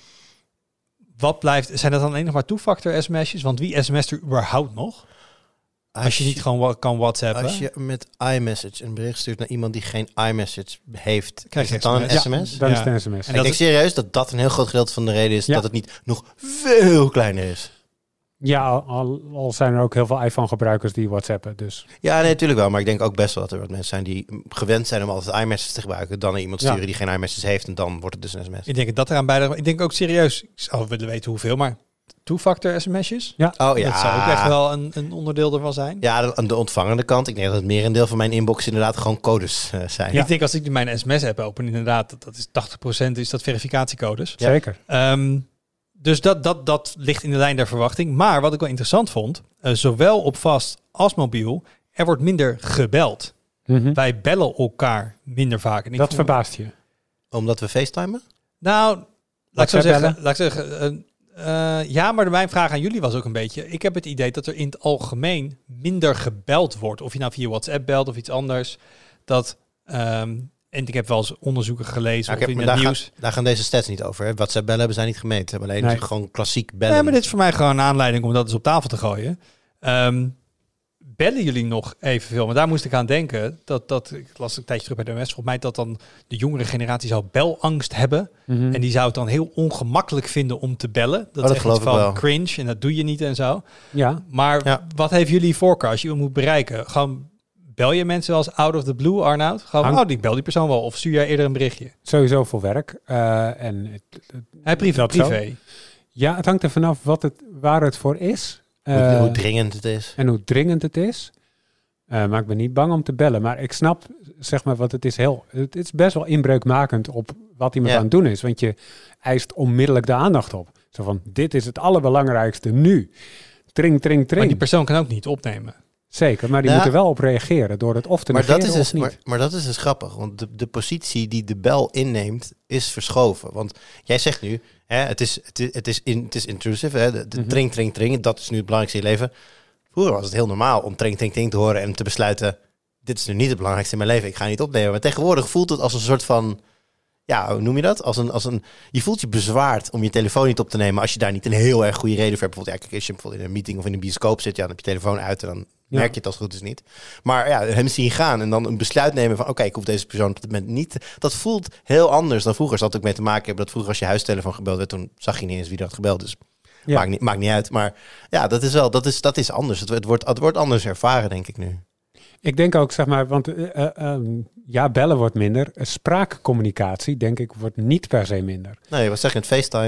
wat blijft... Zijn dat dan alleen nog maar two-factor sms'jes? Want wie sms't er überhaupt nog? Als, als je niet gewoon wa- kan WhatsAppen. Als je met iMessage een bericht stuurt naar iemand die geen iMessage heeft, krijg is je het dan een ja, sms? Dan Ja. is het een sms. En dat ik denk is- serieus dat dat een heel groot gedeelte van de reden is Ja. dat het niet nog veel kleiner is. Ja, al, al zijn er ook heel veel iPhone-gebruikers die WhatsAppen. Dus Ja, nee, natuurlijk wel. Maar ik denk ook best wel dat er wat mensen zijn die gewend zijn om altijd iMessage te gebruiken. Dan naar iemand Ja. sturen die geen iMessage heeft en dan wordt het dus een sms. Ik denk dat eraan bijdraagt. Ik denk ook serieus, ik zou willen weten hoeveel, maar two-factor sms'jes? Oh Dat zou ook echt wel een, een onderdeel ervan zijn. Ja, de- aan de ontvangende kant. Ik denk dat het merendeel van mijn inbox inderdaad gewoon codes uh, zijn. Ik denk als ik nu mijn sms-app open, inderdaad, dat, dat is tachtig procent is dat verificatiecodes. Ja. zeker. Um, dus dat, dat, dat ligt in de lijn der verwachting. Maar wat ik wel interessant vond, uh, zowel op vast als mobiel, er wordt minder gebeld. Mm-hmm. Wij bellen elkaar minder vaak. En ik Dat vond- verbaast je. Omdat we facetimen? Nou, laat ik zo WhatsApp zeggen. bellen? Laat ik zeggen uh, uh, ja, maar mijn vraag aan jullie was ook een beetje. Ik heb het idee dat er in het algemeen minder gebeld wordt. Of je nou via WhatsApp belt of iets anders. Dat, um, en ik heb wel eens onderzoeken gelezen Nou, ik of heb, in daar, het gaan, nieuws. daar gaan deze stats niet over. Hè. WhatsApp bellen hebben zij niet gemeten. Ze hebben alleen Nee. gewoon klassiek bellen. Ja, maar dit is voor mij gewoon een aanleiding om dat eens op tafel te gooien. Um, bellen jullie nog evenveel? Maar daar moest ik aan denken. Dat, dat, ik las een tijdje terug bij de M S. Volgens mij dat dan de jongere generatie zou belangst hebben. Mm-hmm. En die zou het dan heel ongemakkelijk vinden om te bellen. Dat, dat is echt geloof iets ik van wel. cringe en dat doe je niet en zo. Ja, Maar Ja. wat heeft jullie voorkeur als je iemand moet bereiken? Gewoon bel je mensen als out of the blue, Arnoud? Gewoon, Hang- oh, ik bel die persoon wel. Of stuur jij eerder een berichtje? sowieso voor werk. Uh, en het, het- Hij privé. Dat zo. privé. ja, het hangt er vanaf wat het, waar het voor is. hoe, Uh, hoe dringend het is. en hoe dringend het is. Uh, maar ik ben niet bang om te bellen. Maar ik snap, zeg maar, wat het is heel... Het is best wel inbreukmakend op wat iemand Ja. aan het doen is. Want je eist onmiddellijk de aandacht op. Zo van, dit is het allerbelangrijkste nu. Tring, tring, Maar tring. die persoon kan ook niet opnemen. Zeker, maar die Ja. moet er wel op reageren. Door het of te Maar negeren dat, is of dus, niet. maar, maar dat is dus grappig. Want de, de positie die de bel inneemt, is verschoven. Want jij zegt nu, hè, het, is, het, is, het, is in, het is intrusive. Hè, de de Mhm. tring, tring, tring. Dat is nu het belangrijkste in je leven. Vroeger was het heel normaal om tring, tring, tring te horen en te besluiten... dit is nu niet het belangrijkste in mijn leven, ik ga niet opnemen. Maar tegenwoordig voelt het als een soort van... ja, hoe noem je dat? Als een, als een, je voelt je bezwaard om je telefoon niet op te nemen... als je daar niet een heel erg goede reden voor hebt. Bijvoorbeeld, ja, kijk, als je bijvoorbeeld in een meeting of in een bioscoop zit... ja, dan heb je telefoon uit en dan Ja. merk je het als het goed is niet. Maar ja, hem zien gaan en dan een besluit nemen van... oké, ik hoef deze persoon op dit moment niet... dat voelt heel anders dan vroeger. Dat had ook mee te maken hebben dat vroeger als je huistelefoon gebeld werd... toen zag je niet eens wie er had gebeld, dus... Ja. Maakt, niet, maakt niet uit, maar ja, dat is wel, dat is, dat is anders. Het, het, wordt, het wordt anders ervaren, denk ik nu. Ik denk ook, zeg maar, want uh, uh, um, ja, bellen wordt minder. Uh, spraakcommunicatie, denk ik, wordt niet per se minder. Nee, wat zeg je, het FaceTime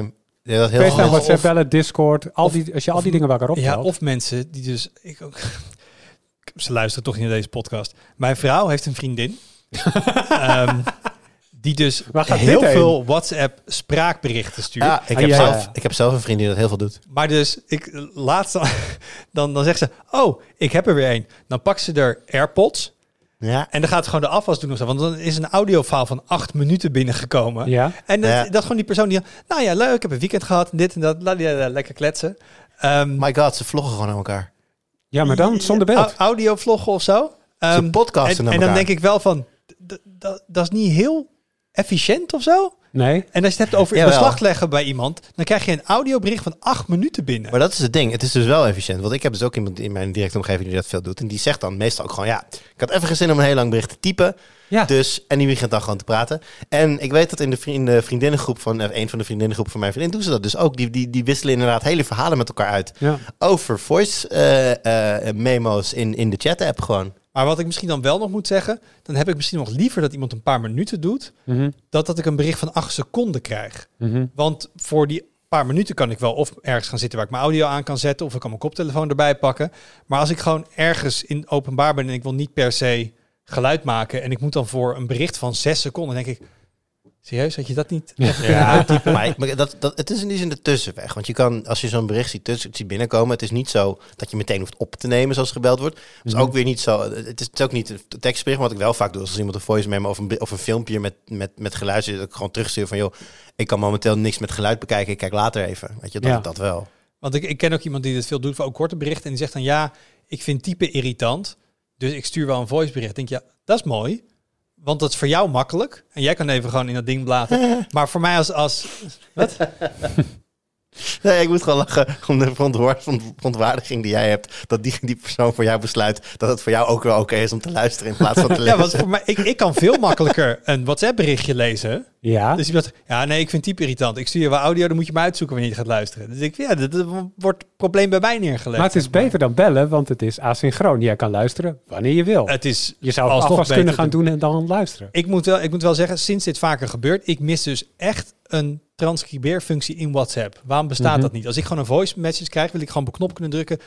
Ja, dat heel FaceTime, handig. WhatsApp, Of- bellen, Discord. Al of- die, als je al die of- dingen bij elkaar Ja, optelt. of mensen die dus... Ik ook, ze luisteren toch niet naar deze podcast. Mijn vrouw heeft een vriendin. um, die dus Waar gaat heel dit heen? veel WhatsApp spraakberichten stuurt. Ja, ik Ah, heb, ja, zelf, ja. ik heb zelf een vriendin die dat heel veel doet. Maar dus, ik laatst dan, dan, dan zegt ze... Oh, ik heb er weer een. Dan pakt ze er AirPods... Ja. En dan gaat ze gewoon de afwas doen of zo. Want dan is een audiofile van acht minuten binnengekomen. Ja. En dat, Ja. dat is gewoon die persoon die... Nou ja, leuk, ik heb een weekend gehad. En dit en dat. Laat die uh, lekker kletsen. Um, My god, ze vloggen gewoon aan elkaar. ja, maar dan zonder beeld. Au- Audiovloggen of zo. Ze Um, podcasten en, naar en dan elkaar. denk ik wel van... d- d- Dat is niet heel efficiënt of zo. Nee. En als je het hebt over in Jawel. beslag leggen bij iemand... dan krijg je een audiobericht van acht minuten binnen. Maar dat is het ding. Het is dus wel efficiënt. Want ik heb dus ook iemand in mijn directe omgeving die dat veel doet. En die zegt dan meestal ook gewoon... Ja, ik had even geen zin om een heel lang bericht te typen. Ja. Dus, en die begint dan gewoon te praten. En ik weet dat in de, vriend, de vriendinnengroep van... eh, een van de vriendinnengroepen van mijn vriendin doen ze dat dus ook. Die, die, die wisselen inderdaad hele verhalen met elkaar uit. Ja. Over voice eh, eh, memo's in, in de chat-app gewoon. Maar wat ik misschien dan wel nog moet zeggen... dan heb ik misschien nog liever dat iemand een paar minuten doet... Mhm. dat dat ik een bericht van acht seconden krijg. Mhm. Want voor die paar minuten kan ik wel of ergens gaan zitten waar ik mijn audio aan kan zetten... of ik kan mijn koptelefoon erbij pakken. Maar als ik gewoon ergens in openbaar ben... en ik wil niet per se geluid maken... en ik moet dan voor een bericht van zes seconden... denk ik, serieus, had je dat niet? Ja, maar, maar dat, dat, het is in die zin de tussenweg. Want je kan, als je zo'n bericht ziet, tussen, ziet binnenkomen... het is niet zo dat je meteen hoeft op te nemen zoals gebeld wordt. Het is Mhm. ook weer niet zo... Het is, het is ook niet een tekstbericht, wat ik wel vaak doe... als iemand een voice memo of een, of een filmpje met, met, met geluid... dat ik gewoon terugstuur van... joh, ik kan momenteel niks met geluid bekijken... ik kijk later even. Weet je, dat, Ja. dat wel. Want ik, ik ken ook iemand die dit veel doet... voor ook korte berichten. En die zegt dan, ja, ik vind typen irritant... dus ik stuur wel een voicebericht. Denk je, ja, dat is mooi... Want dat is voor jou makkelijk. En jij kan even gewoon in dat ding bladeren. Maar voor mij als... als wat? Nee, ik moet gewoon lachen om de verontwaar- verontwaardiging die jij hebt... dat die, die persoon voor jou besluit... dat het voor jou ook wel oké is om te luisteren... in plaats van te Ja, lezen. want voor mij, ik, ik kan veel makkelijker een WhatsApp-berichtje lezen. Ja. Dus iemand, ja, nee, ik vind type irritant. Ik stuur je wel audio, dan moet je me uitzoeken wanneer je gaat luisteren. Dus ik, ja, dat, dat wordt het probleem bij mij neergelegd. Maar het is beter dan bellen, want het is asynchroon. Jij kan luisteren wanneer je wil. Het is Je zou het alsnog alvast beter kunnen gaan te- doen en dan luisteren. Ik moet, wel, ik moet wel zeggen, sinds dit vaker gebeurt, ik mis dus echt een transcribeerfunctie in WhatsApp. Waarom bestaat Mhm. dat niet? Als ik gewoon een voice message krijg, wil ik gewoon op een knop kunnen drukken.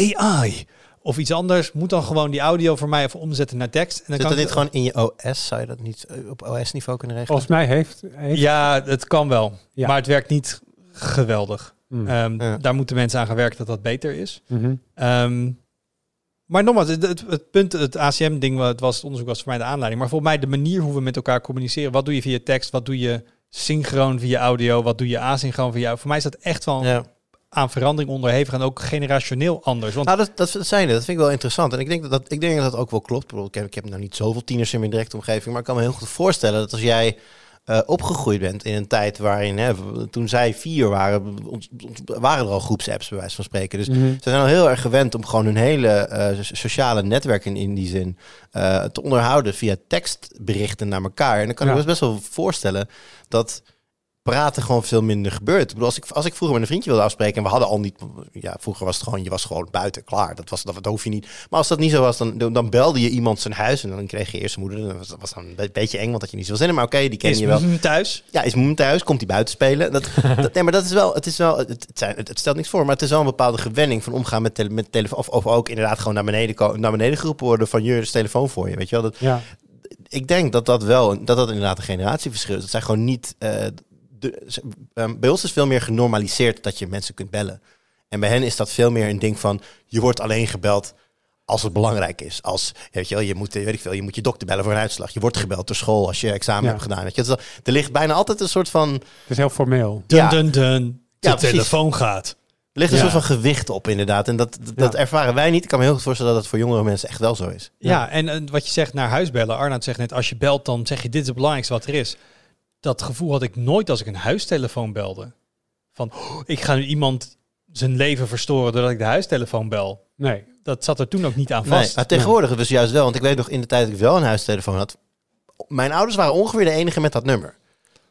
A I of iets anders moet dan gewoon die audio voor mij even omzetten naar tekst. En dan Zit kan dat ik- niet gewoon in je O S? Zou je dat niet eh, op O S-niveau kunnen regelen? Volgens mij heeft... heeft Ja, het kan wel. Ja. Maar het werkt niet geweldig. Mm. Ehm, Ja. Daar moeten mensen aan gaan werken dat dat beter is. Mhm. Ehm, maar nogmaals, het, het, het punt, het A C M-ding, het, was, het onderzoek was voor mij de aanleiding. Maar volgens mij de manier hoe we met elkaar communiceren. Wat doe je via tekst? Wat doe je synchroon via audio? Wat doe je asynchroon via... Voor mij is dat echt wel Ja. aan verandering onderhevig en ook generationeel anders. Want Nou, dat, dat, dat zijn er. Dat vind ik wel interessant. En ik denk dat dat, ik denk dat, dat ook wel klopt. Ik, bedoel, ik, heb, ik heb nou niet zoveel tieners in mijn directe omgeving, maar ik kan me heel goed voorstellen dat als jij uh, opgegroeid bent in een tijd waarin, hè, toen zij vier waren, ont, ont, waren er al groepsapps bij wijze van spreken. Dus Mhm. ze zijn al heel erg gewend om gewoon hun hele uh, sociale netwerken in die zin uh, te onderhouden via tekstberichten naar elkaar. En dan kan Ja. ik me best wel voorstellen dat praten gewoon veel minder gebeurt. Ik bedoel, als ik, als ik vroeger met een vriendje wilde afspreken en we hadden al niet... Ja, vroeger was het gewoon, je was gewoon buiten, klaar. Dat, was, dat, dat hoef je niet. Maar als dat niet zo was, dan, dan belde je iemand zijn huis en dan kreeg je eerst zijn moeder. Dat was, dat was dan een beetje eng, want dat je niet zoveel zin in. Maar oké, okay, die ken is je wel. mm, thuis. Ja, is moe thuis, komt hij buiten spelen. Dat, dat, nee, maar dat is wel, het is wel, het, het, zijn, het, het stelt niks voor, maar het is wel een bepaalde gewenning van omgaan met, tele, met telefoon. Of, of ook inderdaad gewoon naar beneden, ko- naar beneden geroepen worden van je is telefoon voor je, weet je wel. Dat, Ja. ik denk dat dat wel, dat dat inderdaad een generatieverschil is. Dat zij gewoon niet... Uh, de, um, bij ons is veel meer genormaliseerd dat je mensen kunt bellen. En bij hen is dat veel meer een ding van... je wordt alleen gebeld als het belangrijk is. Als, weet je wel, je moet, weet ik veel, je moet je dokter bellen voor een uitslag. Je wordt gebeld door school als je examen Ja. hebt gedaan. Weet je? Dus er ligt bijna altijd een soort van... Het is heel formeel. Dun, Ja. dun, dun. De Ja, precies. telefoon gaat. Er ligt een Ja. soort van gewicht op inderdaad. En dat, dat, dat Ja. ervaren wij niet. Ik kan me heel goed voorstellen dat het voor jongere mensen echt wel zo is. Ja, en, en wat je zegt naar huis bellen. Arnoud zegt net, als je belt, dan zeg je dit is het belangrijkste wat er is. Dat gevoel had ik nooit als ik een huistelefoon belde. Van, oh, ik ga nu iemand zijn leven verstoren doordat ik de huistelefoon bel. Nee. Dat zat er toen ook niet aan Nee, vast. maar tegenwoordig dus juist wel. Want ik weet nog in de tijd dat ik wel een huistelefoon had... Mijn ouders waren ongeveer de enige met dat nummer.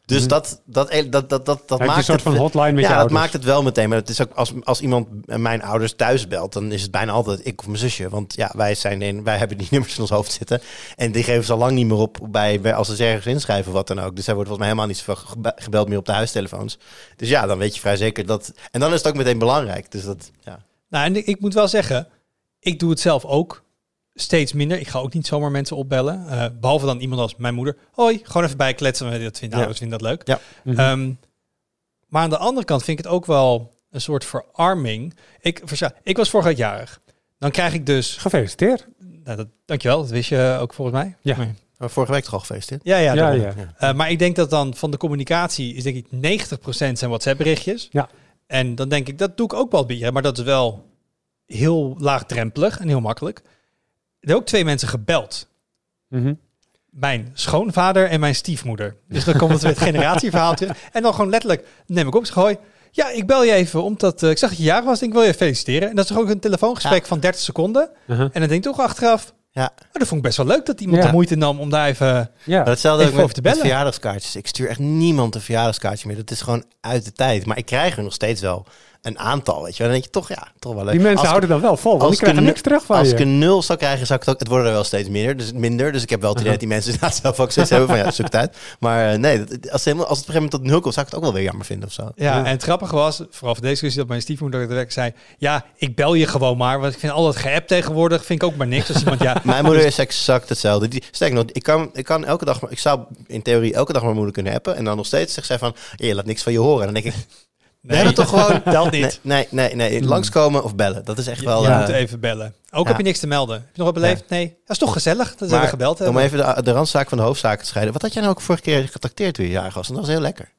Dus Mhm. dat, dat, dat, dat, dat, dat Heb je maakt een soort het... van hotline met ja, je dat ouders? maakt het wel meteen. Maar het is ook als, als iemand mijn ouders thuis belt, dan is het bijna altijd ik of mijn zusje. Want ja, wij, zijn in, wij hebben die nummers in ons hoofd zitten. En die geven ze al lang niet meer op bij, bij, als ze ergens inschrijven of wat dan ook. Dus daar wordt volgens mij helemaal niet zoveel gebe- gebeld meer op de huistelefoons. Dus ja, dan weet je vrij zeker dat... En dan is het ook meteen belangrijk. Dus dat, ja. Nou, en ik, ik moet wel zeggen, ik doe het zelf ook steeds minder. Ik ga ook niet zomaar mensen opbellen. Uh, behalve dan iemand als mijn moeder. Hoi, gewoon even bijkletsen. Dat vindt Ja. ouders vinden dat leuk. Ja. Mhm. Um, maar aan de andere kant vind ik het ook wel een soort verarming. Ik, versta, ik was vorige week jarig. Dan krijg ik dus... Gefeliciteerd. Nou, dat, dankjewel, dat wist je ook volgens mij. Ja. Nee. Maar vorige week toch al gefeliciteerd? Ja, ja, Ja, daarom. ja. Ja. Uh, maar ik denk dat dan van de communicatie is denk ik negentig procent zijn WhatsApp berichtjes. Ja. En dan denk ik, dat doe ik ook wel bij je. Maar dat is wel heel laagdrempelig en heel makkelijk. Er hebben ook twee mensen gebeld. Mhm. Mijn schoonvader en mijn stiefmoeder. Dus dan komt het weer het generatieverhaal terug. En dan gewoon letterlijk neem ik op, zeg hoi. Ja, ik bel je even, omdat uh, ik zag dat je jarig was. Ik wil je feliciteren. En dat is toch ook een telefoongesprek Ja. van dertig seconden. Uh-huh. En dan denk ik toch achteraf, Ja. oh, dat vond ik best wel leuk dat iemand Ja. de moeite nam om daar even... Ja. Maar hetzelfde Even ook met, over te bellen. met verjaardagskaartjes. Ik stuur echt niemand een verjaardagskaartje meer. Dat is gewoon uit de tijd. Maar ik krijg er nog steeds wel een aantal, weet je wel. Dan denk je toch, ja, toch wel leuk. Die mensen Als ik- houden dan wel vol, want als die ik krijgen een- niks terug van Als je. ik een nul zou krijgen, zou ik het ook... Het worden er wel steeds minder, dus minder. Dus ik heb wel het idee dat die mensen inderdaad zelf ook zoiets hebben van... Ja, zoek het uit. Maar uh, nee, dat, als, het helemaal, als het op een gegeven moment tot nul komt... zou ik het ook wel weer jammer vinden of zo. Ja, Ja. en het grappige was, vooral voor deze discussie, dat mijn stiefmoeder direct zei... Ja, ik bel je gewoon maar, want ik vind al dat geapp tegenwoordig vind ik ook maar niks. Als iemand, ja, Mijn moeder is exact hetzelfde. Die, sterker nog, ik kan, ik kan elke dag... Ik zou in theorie elke dag mijn moeder kunnen appen. En dan nog steeds zegt zij van... Je laat niks van je horen. En dan denk ik... We hebben toch gewoon... Telt niet. Nee, nee, nee. nee. Langskomen of bellen. Dat is echt Je, wel... je uh, moet even bellen. Ook ja. heb je niks te melden. Heb je nog wat beleefd? Nee. Dat is toch gezellig dat ze maar hebben gebeld hebben. om even de, de randzaak van de hoofdzaak te scheiden. Wat had jij nou ook vorige keer getrakteerd toen je jarig was? En dat was heel lekker.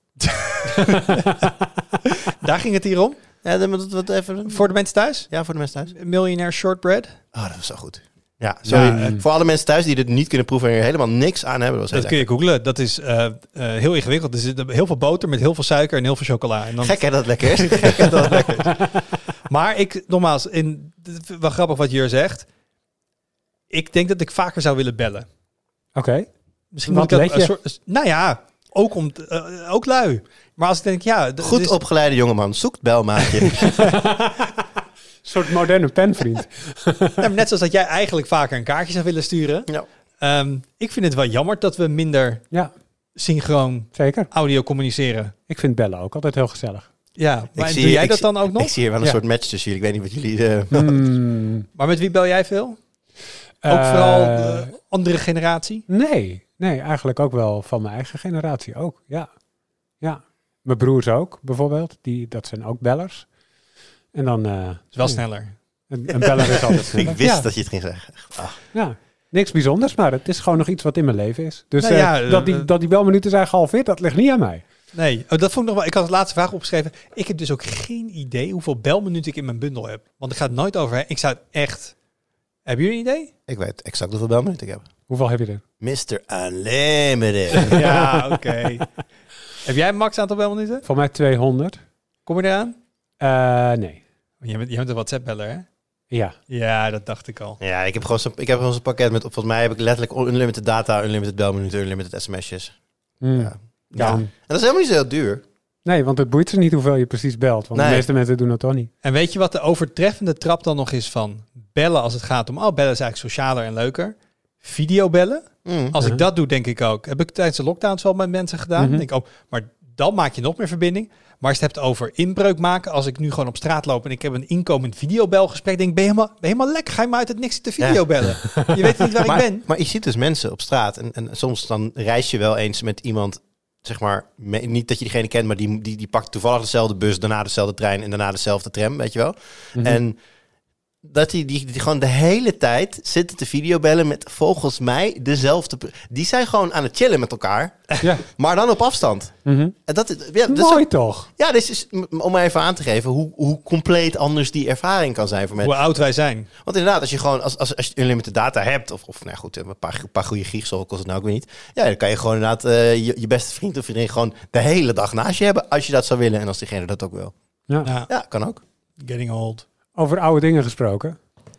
Daar ging het hier om. Ja, dan moet het wat even... Voor de mensen thuis. Ja, voor de mensen thuis. Millionaire shortbread. Oh, dat was zo goed. Ja, sorry. Ja, eh, voor alle mensen thuis die dit niet kunnen proeven en er helemaal niks aan hebben. Dat was Dat heel kun je googlen. Dat is uh, uh, heel ingewikkeld. Er zit heel veel boter met heel veel suiker en heel veel chocola. En dan gek hè, dat het lekker is. gek dat het lekker is. Maar ik, nogmaals, in, het is wel grappig wat Jur zegt. Ik denk dat ik vaker zou willen bellen. Oké. Misschien Wat moet ik dat let een je? soort, nou ja, ook, om, uh, ook lui. Maar als ik denk, ja... d- Goed dus- opgeleide jongeman. Zoekt belmaatje. Een soort moderne penvriend. Ja, maar net zoals dat jij eigenlijk vaker een kaartje zou willen sturen. Ja. Um, ik vind het wel jammer dat we minder Ja, synchroon zeker. audio communiceren. Ik vind bellen ook altijd heel gezellig. Ja, maar Ik doe zie- jij ik dat zie- dan ook nog? Ik zie hier wel een Ja. soort match tussen jullie. Ik weet niet wat jullie... Uh, Hmm. Maar met wie bel jij veel? Ook Eh, vooral uh, andere generatie? Nee, nee, eigenlijk ook wel van mijn eigen generatie ook. Ja, ja. Mijn broers ook, bijvoorbeeld. Die, dat zijn ook bellers. En dan... eh, Dat is wel ja, sneller. Een, een beller is altijd sneller. ik wist ja, dat je het ging zeggen. Ah. ja, niks bijzonders, maar het is gewoon nog iets wat in mijn leven is. Dus Nou eh, ja, dat, die, eh, dat die belminuten zijn gehalveerd, dat ligt niet aan mij. Nee, oh, dat vond ik nog wel. Ik had de laatste vraag opgeschreven. Ik heb dus ook geen idee hoeveel belminuten ik in mijn bundel heb. Want ik ga het nooit over. Ik zou het echt... Hebben jullie een idee? Ik weet exact hoeveel belminuten ik heb. Hoeveel heb je er? mister Unlimited. Ja, oké. Heb jij een max aantal belminuten? Voor mij tweehonderd. Kom je eraan? Eh, nee. Je bent, je bent een WhatsApp-beller, hè? Ja. Ja, dat dacht ik al. Ja, ik heb gewoon zo'n ik heb gewoon zo'n pakket met... Volgens mij heb ik letterlijk unlimited data, unlimited belminuten, unlimited sms'jes. Hmm. Ja. Ja. Ja. En dat is helemaal niet zo heel duur. Nee, want het boeit ze niet hoeveel je precies belt. Want Nee. de meeste mensen doen dat toch niet. En weet je wat de overtreffende trap dan nog is van bellen als het gaat om... Oh, bellen is eigenlijk socialer en leuker. Videobellen. Mm. Als Uh-huh. ik dat doe, denk ik ook. Heb ik tijdens de lockdowns wel met mensen gedaan. Mhm. Denk ik, oh, maar dan maak je nog meer verbinding. Maar als je het hebt over inbreuk maken... Als ik nu gewoon op straat loop en ik heb een inkomend videobelgesprek... denk ik, ben je helemaal, ben je helemaal lekker? Ga je maar uit het niks te videobellen? Je weet niet waar maar, ik ben. maar je ziet dus mensen op straat. En, en soms dan reis je wel eens met iemand... Zeg maar, me- niet dat je diegene kent... maar die, die, die pakt toevallig dezelfde bus... daarna dezelfde trein en daarna dezelfde tram, weet je wel. Mhm. En dat die, die, die gewoon de hele tijd zitten te videobellen... met volgens mij dezelfde... pe- Die zijn gewoon aan het chillen met elkaar... Ja. maar dan op afstand. Mhm. En dat, is- ja, dat is Mooi ook- toch? ja, dit is m- om maar even aan te geven... Hoe, hoe compleet anders die ervaring kan zijn voor mensen. Hoe oud wij zijn. Want inderdaad, als je gewoon als, als, als je unlimited data hebt, of, of nou goed, een paar, een paar goede gigs, zoveel kost het nou ook weer niet. Ja, dan kan je gewoon inderdaad uh, je, je beste vriend of vriendin gewoon de hele dag naast je hebben, als je dat zou willen en als diegene dat ook wil. Ja. Ja, Ja, kan ook. getting old. Over oude dingen gesproken.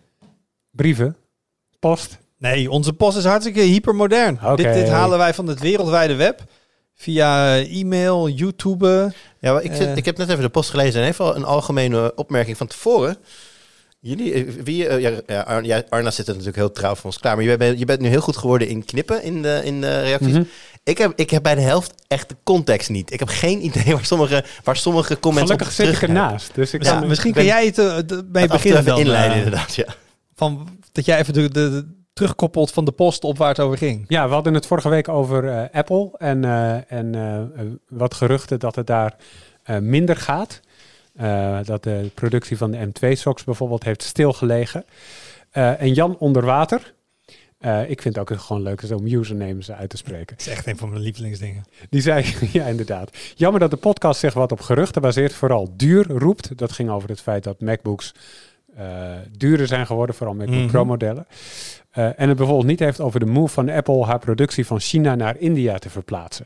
Brieven. Post. Nee, onze post is hartstikke hypermodern. Oké. Dit, dit halen wij van het wereldwijde web. Via e-mail, YouTube. Ja, maar ik, zit, Uh, ik heb net even de post gelezen en even een algemene opmerking van tevoren. Jullie, wie, uh, ja, ja, Ar- ja, Arna zit er natuurlijk heel trouw voor ons klaar, maar je bent, je bent nu heel goed geworden in knippen in de, in de reacties. Mm-hmm. Ik heb, ik heb bij de helft echt de context niet. Ik heb geen idee waar sommige, waar sommige comments Gelukkig op zit ik teruggrijpen. ernaast. Dus ik Ja, kan, Misschien ik kun ben- jij het uh, de- mee Het af en toe beginnen even dan. inleiden uh, inderdaad, ja. van, dat jij even de, de, de- terugkoppelt van de post op waar het over ging. Ja, we hadden het vorige week over uh, Apple en, uh, en uh, wat geruchten dat het daar uh, minder gaat. Uh, dat de productie van de M twee socks bijvoorbeeld heeft stilgelegen. Uh, en Jan Onderwater, uh, ik vind het ook gewoon leuk om usernames uit te spreken. Dat is echt een van mijn lievelingsdingen. Die zei, ja inderdaad, jammer dat de podcast zich wat op geruchten baseert, vooral duur roept. Dat ging over het feit dat MacBooks uh, duurder zijn geworden, vooral MacBook Mhm. Pro modellen. Uh, en het bijvoorbeeld niet heeft over de move van Apple haar productie van China naar India te verplaatsen.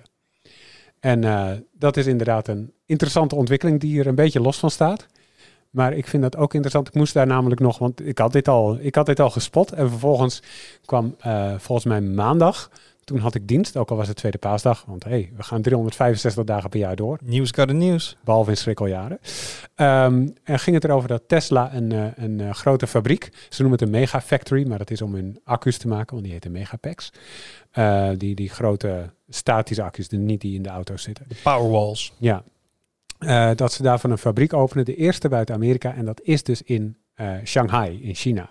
En uh, dat is inderdaad een interessante ontwikkeling die er een beetje los van staat. Maar ik vind dat ook interessant. Ik moest daar namelijk nog, want ik had dit al, ik had dit al gespot. En vervolgens kwam uh, volgens mij maandag, toen had ik dienst, ook al was het tweede paasdag. Want hé, hey, we gaan driehonderdvijfenzestig dagen per jaar door. Nieuws got the nieuws. Behalve in schrikkeljaren. Um, en ging het erover dat Tesla een, uh, een uh, grote fabriek, ze noemen het een megafactory, maar dat is om hun accu's te maken, want die heten megapacks. Uh, die, die grote statische accu's, de, niet die in de auto's zitten. De Powerwalls. Ja, uh, dat ze daarvan een fabriek openen, de eerste buiten Amerika. En dat is dus in uh, Shanghai, in China.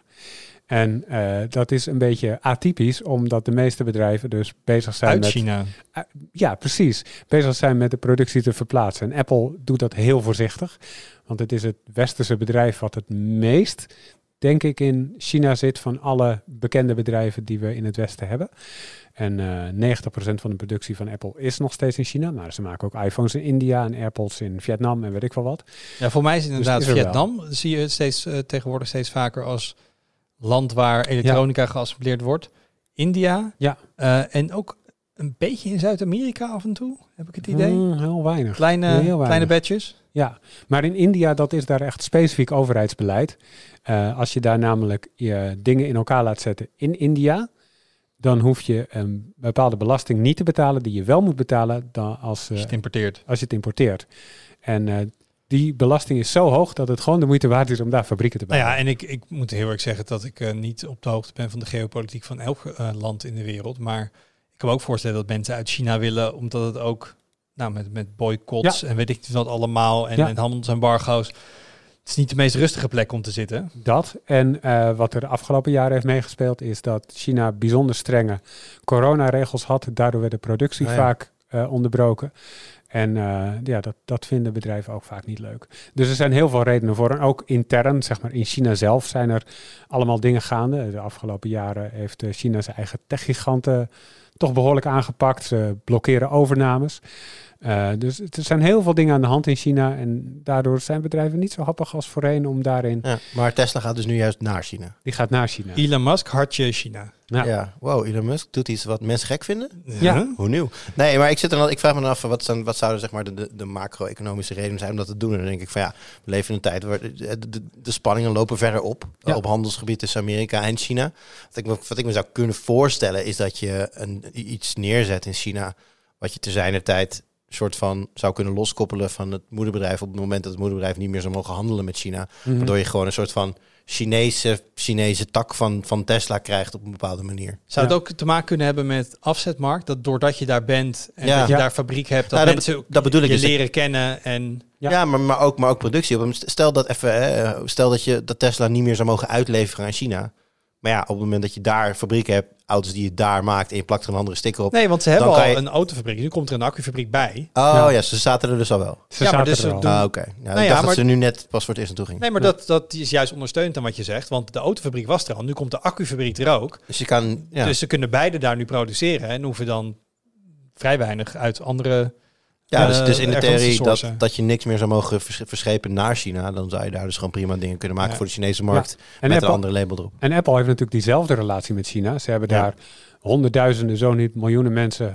En uh, dat is een beetje atypisch, omdat de meeste bedrijven dus bezig zijn Uit met... China. Uh, ja, precies. Bezig zijn met de productie te verplaatsen. En Apple doet dat heel voorzichtig. Want het is het westerse bedrijf wat het meest, denk ik, in China zit van alle bekende bedrijven die we in het westen hebben. En uh, negentig procent van de productie van Apple is nog steeds in China. Maar ze maken ook iPhones in India en AirPods in Vietnam en weet ik wel wat. Ja, voor mij is het inderdaad Dus is er Vietnam. Zie je het steeds, uh, tegenwoordig steeds vaker als land waar elektronica ja. geassembleerd wordt. India. Ja. Uh, en ook een beetje in Zuid-Amerika af en toe, heb ik het idee. Mm, heel weinig. Kleine, heel weinig. kleine batches. Ja, maar in India, dat is daar echt specifiek overheidsbeleid. Uh, als je daar namelijk je dingen in elkaar laat zetten in India, dan hoef je een bepaalde belasting niet te betalen die je wel moet betalen dan als, uh, als je het importeert. Als je het importeert. En uh, die belasting is zo hoog dat het gewoon de moeite waard is om daar fabrieken te bouwen. Nou ja, en ik, ik moet heel erg zeggen dat ik uh, niet op de hoogte ben van de geopolitiek van elk uh, land in de wereld. Maar ik kan me ook voorstellen dat mensen uit China willen, omdat het ook nou, met, met boycotts ja. en weet ik niet wat allemaal en, ja. en handelsembargo's. Het is niet de meest rustige plek om te zitten. Dat. En uh, wat er de afgelopen jaren heeft meegespeeld is dat China bijzonder strenge coronaregels had. Daardoor werd de productie oh ja. vaak uh, onderbroken. En uh, ja, dat, dat vinden bedrijven ook vaak niet leuk. Dus er zijn heel veel redenen voor. En ook intern, zeg maar in China zelf, zijn er allemaal dingen gaande. De afgelopen jaren heeft China zijn eigen techgiganten toch behoorlijk aangepakt. Ze blokkeren overnames. Uh, dus er zijn heel veel dingen aan de hand in China. En daardoor zijn bedrijven niet zo happig als voorheen om daarin... Ja, maar Tesla gaat dus nu juist naar China. Die gaat naar China. Elon Musk, hartje China. Ja. ja, wow, Elon Musk doet iets wat mensen gek vinden. Ja. ja. Hoe nieuw? Nee, maar ik zit er dan, ik vraag me dan af, wat, zijn, wat zouden zeg maar de, de, de macro-economische redenen zijn om dat te doen? En dan denk ik van ja, we leven in een tijd waar de, de, de, de spanningen lopen verder op. Ja. Op handelsgebied tussen Amerika en China. Wat ik, me, wat ik me zou kunnen voorstellen is dat je een, iets neerzet in China wat je te zijner tijd soort van zou kunnen loskoppelen van het moederbedrijf op het moment dat het moederbedrijf niet meer zou mogen handelen met China. Mm-hmm. Waardoor je gewoon een soort van Chinese, Chinese tak van, van Tesla krijgt op een bepaalde manier. Zou ja. het ook te maken kunnen hebben met afzetmarkt? Dat doordat je daar bent en ja. dat je ja. daar fabriek hebt, dat ja, dat mensen be- dat bedoel ik je dus leren kennen en... Ja, ja maar, maar, ook, maar ook productie. Stel dat, even, hè, stel dat je dat Tesla niet meer zou mogen uitleveren aan China. Maar ja, op het moment dat je daar fabrieken hebt, auto's die je daar maakt en je plakt er een andere sticker op. Nee, want ze hebben al je... een autofabriek. Nu komt er een accufabriek bij. Oh ja, ja ze zaten er dus al wel. Ze ja, zaten maar dus er al. doen... Ah, oké. Okay. Nou, nou ik ja, dacht maar... dat ze nu net pas voor het eerst naartoe ging. Nee, maar ja. dat, dat is juist ondersteund aan wat je zegt. Want de autofabriek was er al. Nu komt de accufabriek er ook. Dus je kan... Ja. Dus ze kunnen beide daar nu produceren. En hoeven dan vrij weinig uit andere... Ja, dus, dus in de theorie dat, dat, dat je niks meer zou mogen vers- verschepen naar China, dan zou je daar dus gewoon prima dingen kunnen maken ja. voor de Chinese markt ja. met Apple, een andere label erop. En Apple heeft natuurlijk diezelfde relatie met China. Ze hebben ja. daar honderdduizenden, zo niet miljoenen mensen op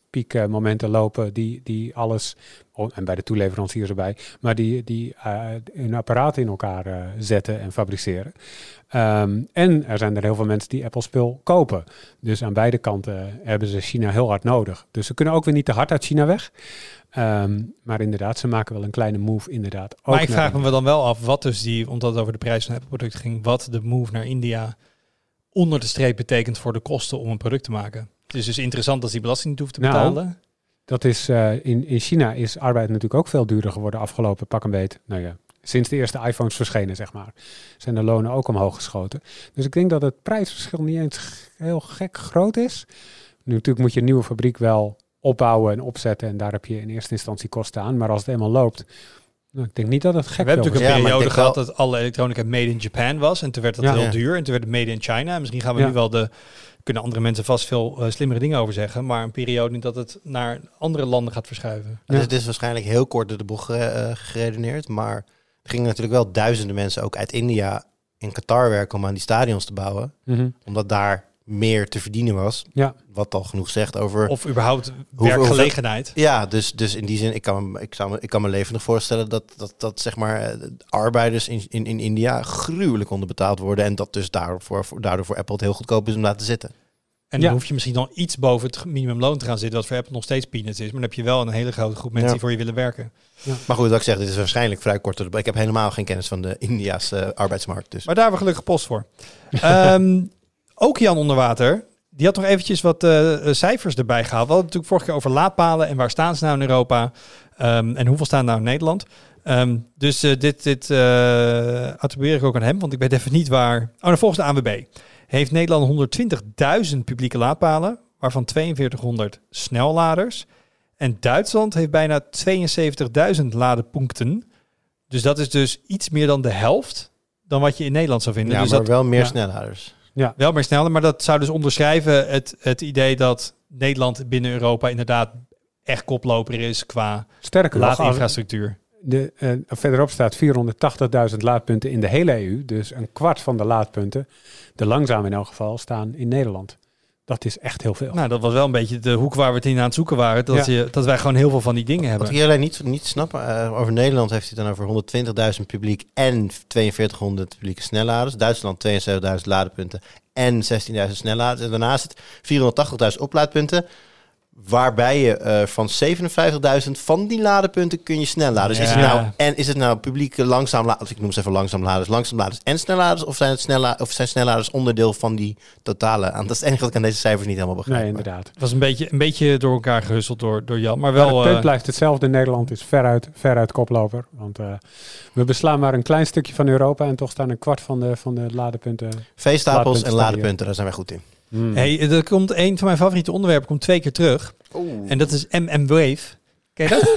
piekmomenten lopen die, die alles, oh, en bij de toeleveranciers erbij, maar die, die uh, hun apparaten in elkaar uh, zetten en fabriceren. Um, en er zijn er heel veel mensen die Apple-spul kopen. Dus aan beide kanten hebben ze China heel hard nodig. Dus ze kunnen ook weer niet te hard uit China weg. Um, maar inderdaad, ze maken wel een kleine move inderdaad. Ook maar ik vraag India. me dan wel af, wat dus die, omdat het over de prijs van een Apple-product ging, wat de move naar India onder de streep betekent voor de kosten om een product te maken. Het is dus interessant dat ze die belasting niet hoeft te betalen. Nou, dat is, uh, in, in China is arbeid natuurlijk ook veel duurder geworden afgelopen pak een beet. Nou ja, sinds de eerste iPhones verschenen, zeg maar, zijn de lonen ook omhoog geschoten. Dus ik denk dat het prijsverschil niet eens g- heel gek groot is. Nu natuurlijk moet je een nieuwe fabriek wel opbouwen en opzetten en daar heb je in eerste instantie kosten aan. Maar als het eenmaal loopt, nou, ik denk niet dat het gek We hebben natuurlijk Ja, een maar ik periode denk gehad dat alle elektronica made in Japan was. En toen werd dat Ja. heel Ja. duur. En toen werd het made in China. En misschien gaan we Ja. nu wel de... Kunnen andere mensen vast veel uh, slimmere dingen over zeggen. Maar een periode nu dat het naar andere landen gaat verschuiven. Dus Ja. het is waarschijnlijk heel kort door de bocht uh, geredeneerd. Maar er gingen natuurlijk wel duizenden mensen ook uit India in Qatar werken om aan die stadions te bouwen. Mm-hmm. Omdat daar meer te verdienen was. Ja. Wat al genoeg zegt over... Of überhaupt Hoeveel- werkgelegenheid. Ja, dus, dus in die zin, ik kan, me- ik, zou me, ik kan me levendig voorstellen dat, dat, dat zeg maar, eh, de arbeiders in, in, in India gruwelijk onderbetaald worden. En dat dus daardoor voor, daardoor voor Apple het heel goedkoop is om laten zitten. En Ja. dan hoef je misschien dan iets boven het minimumloon te gaan zitten. Wat voor Apple nog steeds peanuts is. Maar dan heb je wel een hele grote groep mensen Ja. die voor je willen werken. Maar goed, wat ik zeg, dit is waarschijnlijk vrij kort. door de- Ik heb helemaal geen kennis van de Indiaanse eh, arbeidsmarkt. Dus. Maar daar hebben we gelukkig post voor. um, ook Jan Onderwater. Die had nog eventjes wat uh, cijfers erbij gehaald. We hadden het natuurlijk vorige keer over laadpalen. En waar staan ze nou in Europa? Um, en hoeveel staan nou in Nederland? Um, dus uh, dit, dit uh, attribueer ik ook aan hem. Want ik weet even niet waar... Oh, nou, volgens de A N W B heeft Nederland honderdtwintigduizend publieke laadpalen. Waarvan tweeënveertighonderd snelladers. En Duitsland heeft bijna tweeënzeventigduizend ladepunkten. Dus dat is dus iets meer dan de helft dan wat je in Nederland zou vinden. Ja, dus maar dat wel meer ja. snelladers. wel meer sneller. Maar dat zou dus onderschrijven het, het idee dat Nederland binnen Europa inderdaad echt koploper is qua Sterker nog, als- laadinfrastructuur. De, uh, verderop staat vierhonderdtachtigduizend laadpunten in de hele E U. Dus een kwart van de laadpunten, de langzaam in elk geval, staan in Nederland. Dat is echt heel veel. Nou, dat was wel een beetje de hoek waar we het in aan het zoeken waren. Dat, Ja. je, dat wij gewoon heel veel van die dingen hebben. Wat ik alleen niet, niet snap, uh, over Nederland heeft hij het dan over honderdtwintigduizend publiek en tweeënveertighonderd publieke snelladers. Duitsland tweeënzeventigduizend ladepunten en zestienduizend snelladers. En daarnaast het vierhonderdtachtigduizend oplaadpunten. Waarbij je uh, van zevenenvijftigduizend van die ladepunten kun je snel laden. Dus Ja. is het nou, en is het nou publieke langzaam laders, ik noem ze even langzaam laders, langzaam laders en snelladers, of zijn het snella, of zijn snelladers onderdeel van die totale aan? Dat is het enige wat ik aan deze cijfers niet helemaal begrijp. Nee, Maar- inderdaad. Het was een beetje, een beetje door elkaar gehusteld door, door Jan. Maar Maar wel... het punt eh, blijft hetzelfde. Nederland is veruit, veruit koploper. Want uh, we beslaan maar een klein stukje van Europa en toch staan een kwart van de, van de ladepunten. Veestapels Laadpunten en staan hier. ladepunten, daar zijn wij goed in. Hmm. hey, er komt een van mijn favoriete onderwerpen komt twee keer terug. En dat is M M Wave. Ken je dat?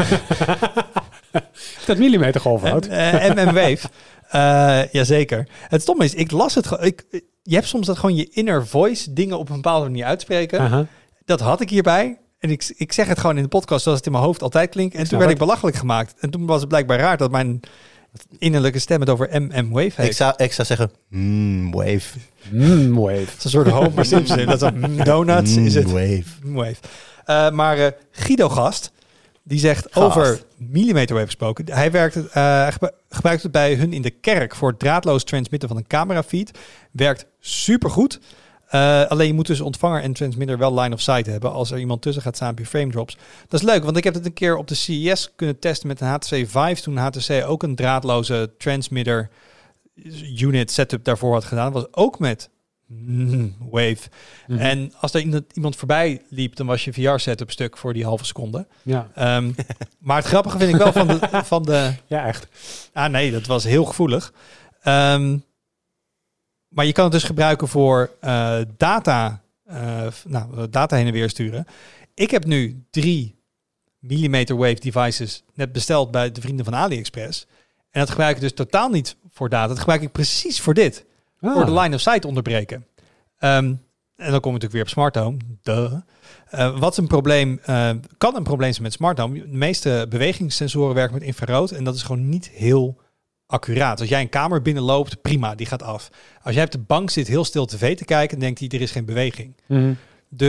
Dat millimetergolfhout. Eh, M M Wave. Uh, jazeker. Het stomme is, ik las het gewoon. Ik, je hebt soms dat gewoon je inner voice dingen op een bepaalde manier uitspreken. Aha. Dat had ik hierbij. En ik, ik zeg het gewoon in de podcast zoals het in mijn hoofd altijd klinkt. En toen snap werd het. ik belachelijk gemaakt. En toen was het blijkbaar raar dat mijn innerlijke stem het over M M Wave heeft. Ik zou, ik zou zeggen, mm, wave. Mm, wave. Het is een soort Homer Simpson. Dat is een donuts is het. Mm, wave. Wave. Uh, maar uh, Guido Gast, die zegt Gast. over millimeter wave gesproken. Hij werkt, uh, hij gebru- gebruikt het bij hun in de kerk voor het draadloos transmitten van een camerafeed. Werkt supergoed. Uh, alleen je moet dus ontvanger en transmitter wel line of sight hebben. Als er iemand tussen gaat staan op je frame drops. Dat is leuk, want ik heb het een keer op de C E S kunnen testen met een H T C Vive. Toen H T C ook een draadloze transmitter unit setup daarvoor had gedaan. Dat was ook met mm, wave. Mhm. En als er iemand, iemand voorbij liep, dan was je V R-setup stuk voor die halve seconde. Ja. Um, maar het grappige vind ik wel van de... Van de ja, echt. ah nee, dat was heel gevoelig. Um, maar je kan het dus gebruiken voor uh, data, uh, nou, data heen en weer sturen. Ik heb nu drie millimeter wave devices net besteld bij de vrienden van AliExpress. En dat gebruik ik dus totaal niet voor data. Dat gebruik ik precies voor dit. Ah. Voor de line of sight onderbreken. Um, en dan kom je natuurlijk weer op smart home. Duh. Uh, wat is een probleem? Uh, kan een probleem zijn met smart home. De meeste bewegingssensoren werken met infrarood. En dat is gewoon niet heel accuraat. Als jij een kamer binnenloopt, prima, die gaat af. Als jij op de bank zit heel stil tv te kijken, dan denkt hij, er is geen beweging. Mhm. Dus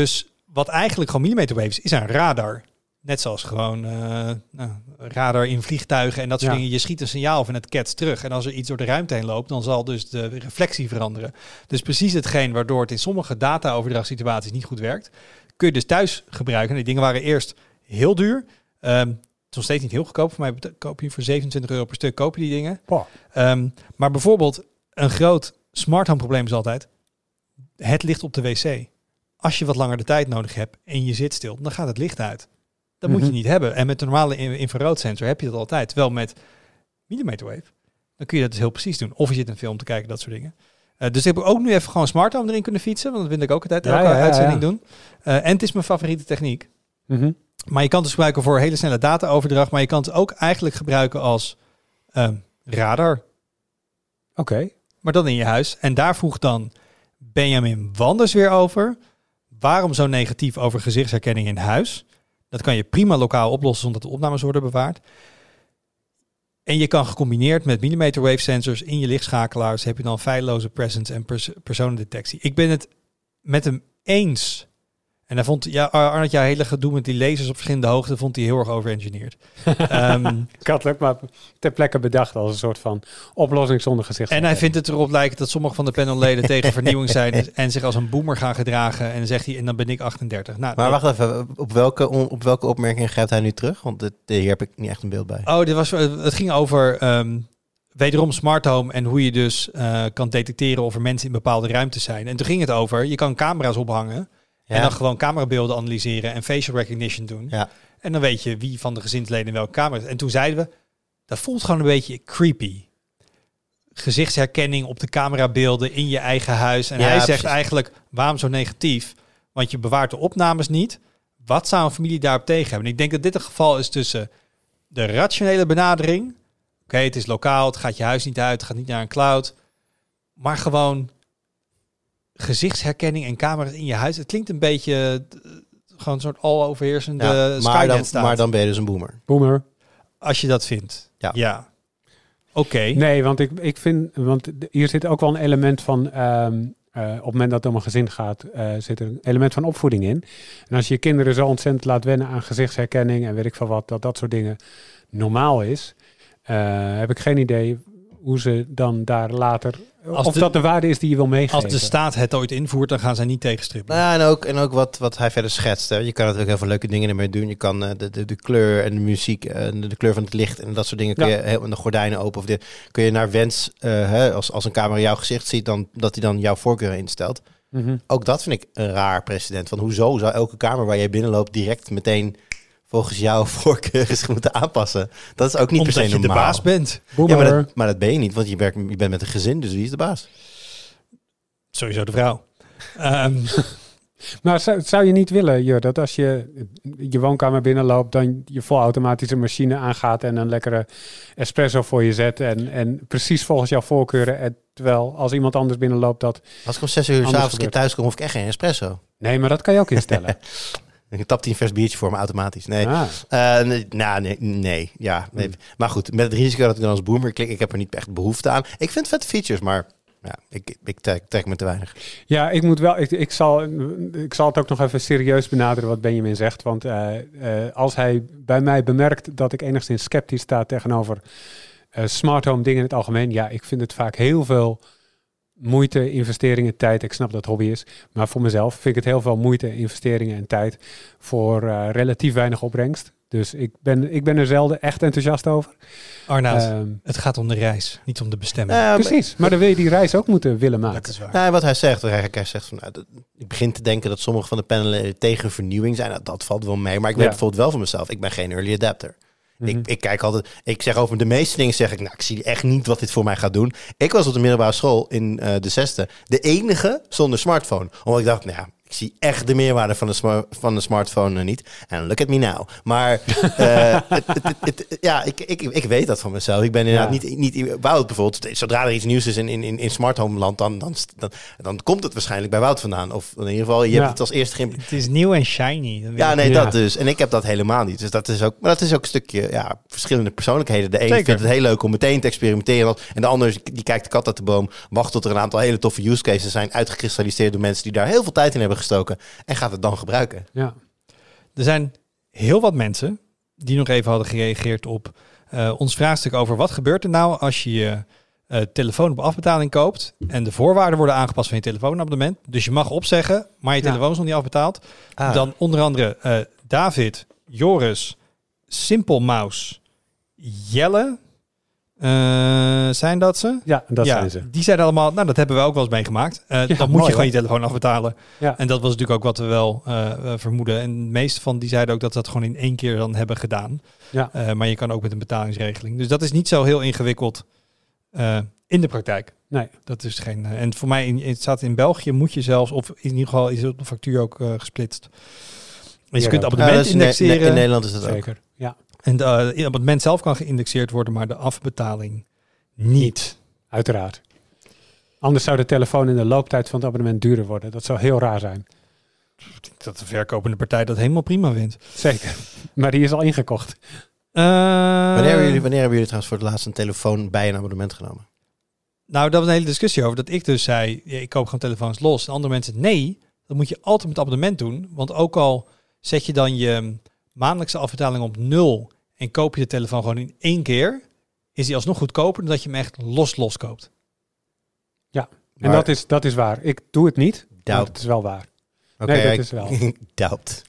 wat eigenlijk gewoon millimeter wave is, is een radar. Net zoals gewoon uh, nou, radar in vliegtuigen en dat soort Ja. dingen. Je schiet een signaal of en het ketst terug. En als er iets door de ruimte heen loopt, dan zal dus de reflectie veranderen. Dus precies hetgeen waardoor het in sommige data-overdrachtssituaties niet goed werkt, kun je dus thuis gebruiken. Die dingen waren eerst heel duur. Um, het is nog steeds niet heel goedkoop. Voor mij bet- koop je voor zevenentwintig euro per stuk koop je die dingen. Boah. Um, maar bijvoorbeeld een groot smart home probleem is altijd het licht op de wc. Als je wat langer de tijd nodig hebt en je zit stil, dan gaat het licht uit. Dat moet Mhm. je niet hebben. En met de normale in- infraroodsensor heb je dat altijd. Terwijl met millimeter wave, dan kun je dat dus heel precies doen. Of je zit een film te kijken, dat soort dingen. Uh, dus ik heb ook nu even gewoon smart home erin kunnen fietsen. Want dat wil ik ook altijd Ja, elke ja, ja, uitzending ja. doen. Uh, en het is mijn favoriete techniek. Mhm. Maar je kan het dus gebruiken voor hele snelle data-overdracht. Maar je kan het ook eigenlijk gebruiken als um, radar. Oké. Maar dan in je huis. En daar vroeg dan Benjamin Wanders weer over. Waarom zo negatief over gezichtsherkenning in huis? Dat kan je prima lokaal oplossen zonder dat de opnames worden bewaard. En je kan gecombineerd met millimeter wave sensors in je lichtschakelaars heb je dan feilloze presence en pers- personendetectie. Ik ben het met hem eens. En hij vond, ja, Arnold, jouw hele gedoe met die lasers op verschillende hoogten vond hij heel erg overengineerd. um, Ik had het ook maar ter plekke bedacht als een soort van oplossing zonder gezicht. En hij vindt het erop lijken dat sommige van de panelleden tegen vernieuwing zijn en, en zich als een boomer gaan gedragen. En dan zegt hij, en dan ben ik achtendertig. Nou, Maar dat- wacht even, op welke, on- op welke opmerking grijpt hij nu terug? Want dit, hier heb ik niet echt een beeld bij. Oh, dit was, het ging over um, wederom smart home en hoe je dus uh, kan detecteren of er mensen in bepaalde ruimtes zijn. En toen ging het over, je kan camera's ophangen Ja. en dan gewoon camerabeelden analyseren en facial recognition doen. Ja. En dan weet je wie van de gezinsleden in welke kamer is. En toen zeiden we, dat voelt gewoon een beetje creepy. Gezichtsherkenning op de camerabeelden in je eigen huis. En Ja, hij zegt precies. eigenlijk, waarom zo negatief? Want je bewaart de opnames niet. Wat zou een familie daarop tegen hebben? En ik denk dat dit een geval is tussen de rationele benadering. Oké, okay, het is lokaal, het gaat je huis niet uit, het gaat niet naar een cloud. Maar gewoon gezichtsherkenning en camera's in je huis. Het klinkt een beetje uh, gewoon een soort al-overheersende Ja, maar, Skynet-staat. dan, maar dan ben je dus een boomer. Boomer. Als je dat vindt. Ja. ja. Oké. Nee, want ik, ik vind, want d- hier zit ook wel een element van, ehm, uh, op het moment dat het om een gezin gaat, uh, zit er een element van opvoeding in. En als je je kinderen zo ontzettend laat wennen aan gezichtsherkenning en weet ik veel wat, dat dat soort dingen normaal is, uh, heb ik geen idee hoe ze dan daar later, Als of de- dat de waarde is die je wil meegeven. Als de staat het ooit invoert, dan gaan zij niet tegenstrippen. Nou, en ook, en ook wat, wat hij verder schetst. Hè. Je kan natuurlijk heel veel leuke dingen ermee doen. Je kan uh, de, de, de kleur en de muziek, en de, de kleur van het licht en dat soort dingen kun Ja. je heel, en de gordijnen open. Of de, kun je naar wens, uh, hè, als, als een camera jouw gezicht ziet, dan, dat hij dan jouw voorkeur instelt. Mhm. Ook dat vind ik een raar precedent. Van hoezo zou elke kamer waar jij binnenloopt direct meteen volgens jouw voorkeur zich moeten aanpassen? Dat is ook niet Omdat per se je de normaal. baas bent. Boomer. Ja, maar dat, maar dat ben je niet, want je, werkt, je bent met een gezin, dus wie is de baas? Sowieso de vrouw. um, Maar zou, zou je niet willen, Jur, dat als je je woonkamer binnenloopt, dan je volautomatische machine aangaat en een lekkere espresso voor je zet en, en precies volgens jouw voorkeuren. En terwijl als iemand anders binnenloopt dat... Als ik om zes uur Anders s'avonds keer gebeurt. thuis kom, hoef ik echt geen espresso. Nee, maar dat kan je ook instellen. Ik tap die een vers biertje voor me automatisch. Nee, Ah. Eh, nee, nou, nee, nee, ja. Nee. Hmm. Maar goed, met het risico dat ik dan als boomer klik, ik heb er niet echt behoefte aan. Ik vind vette features, maar ja, ik, ik trek, trek me te weinig. Ja, ik moet wel. Ik, ik, zal, ik zal het ook nog even serieus benaderen wat Benjamin zegt. Want uh, uh, als hij bij mij bemerkt dat ik enigszins sceptisch sta tegenover uh, smart home dingen in het algemeen. Ja, ik vind het vaak heel veel moeite, investeringen, tijd. Ik snap dat het hobby is. Maar voor mezelf vind ik het heel veel moeite, investeringen en tijd voor uh, relatief weinig opbrengst. Dus ik ben, ik ben er zelden echt enthousiast over. Arnoud, Um, het gaat om de reis, niet om de bestemming. Uh, precies, maar dan wil je die reis ook moeten willen maken. dat is waar. Nou, wat hij zegt, eigenlijk hij zegt van, nou, dat, ik begin te denken dat sommige van de panelen tegen vernieuwing zijn. Nou, dat valt wel mee, maar ik weet Ja. bijvoorbeeld wel van mezelf, ik ben geen early adapter. Mhm. Ik, ik kijk altijd, ik zeg over de meeste dingen zeg ik, nou, ik zie echt niet wat dit voor mij gaat doen. Ik was op de middelbare school in uh, de zesde de enige zonder smartphone. Omdat ik dacht, nou ja, ik zie echt de meerwaarde van de, sma- van de smartphone uh, niet. En look at me now. Maar uh, het, het, het, het, ja, ik, ik, ik weet dat van mezelf. Ik ben inderdaad Ja. niet, niet Wout bijvoorbeeld. Zodra er iets nieuws is in, in, in, in smart home land, dan, dan, dan, dan komt het waarschijnlijk bij Wout vandaan. Of in ieder geval, je Ja. hebt het als eerste geïmplementeerd. Het is nieuw en shiny. Dan wil Ja, ik- nee, Ja. dat dus. En ik heb dat helemaal niet. Dus dat is ook, maar dat is ook een stukje ja, verschillende persoonlijkheden. De een Zeker. vindt het heel leuk om meteen te experimenteren. En de ander die kijkt de kat uit de boom. Wacht tot er een aantal hele toffe use cases zijn uitgekristalliseerd door mensen die daar heel veel tijd in hebben gestoken en gaat het dan gebruiken. Ja. Er zijn heel wat mensen die nog even hadden gereageerd op uh, ons vraagstuk over wat gebeurt er nou als je je uh, telefoon op afbetaling koopt en de voorwaarden worden aangepast van je telefoonabonnement. Dus je mag opzeggen, maar je Ja. telefoon is nog niet afbetaald. Ah. Dan onder andere uh, David, Joris, Simple Mouse, Jelle. Uh, zijn dat ze? Ja, dat ja, zijn ze. Die zeiden allemaal, nou dat hebben we ook wel eens meegemaakt. Uh, Ja, dan moet mooi, je gewoon hoor. je telefoon afbetalen. Ja. En dat was natuurlijk ook wat we wel uh, uh, vermoeden. En de meeste van die zeiden ook dat ze dat gewoon in één keer dan hebben gedaan. Ja. Uh, maar je kan ook met een betalingsregeling. Dus dat is niet zo heel ingewikkeld uh, in de praktijk. Nee. Dat is geen. Uh, en voor mij, in, het staat in België, moet je zelfs, of in ieder geval is het op de factuur ook uh, gesplitst. Dus je Ja, kunt dat- abonnement Ja, dat is in, indexeren. in, in Nederland is dat ook. Zeker. Ja, En de, uh, het abonnement zelf kan geïndexeerd worden, maar de afbetaling niet. uiteraard. Anders zou de telefoon in de looptijd van het abonnement duurder worden. Dat zou heel raar zijn. Ik denk dat de verkopende partij dat helemaal prima vindt. Zeker. Maar die is al ingekocht. Uh, Wanneer, hebben jullie, wanneer hebben jullie trouwens voor het laatst een telefoon bij een abonnement genomen? Nou, dat was een hele discussie over. Dat ik dus zei, ja, ik koop gewoon telefoons los. En andere mensen, nee, dat moet je altijd met abonnement doen. Want ook al zet je dan je maandelijkse afbetaling op nul en koop je de telefoon gewoon in één keer, is die alsnog goedkoper dan dat je hem echt los los koopt. En Maar- dat is, dat is waar. Ik doe het niet, maar Doubt. het is wel waar. Oké, Nee, dat ik- is wel. doubt.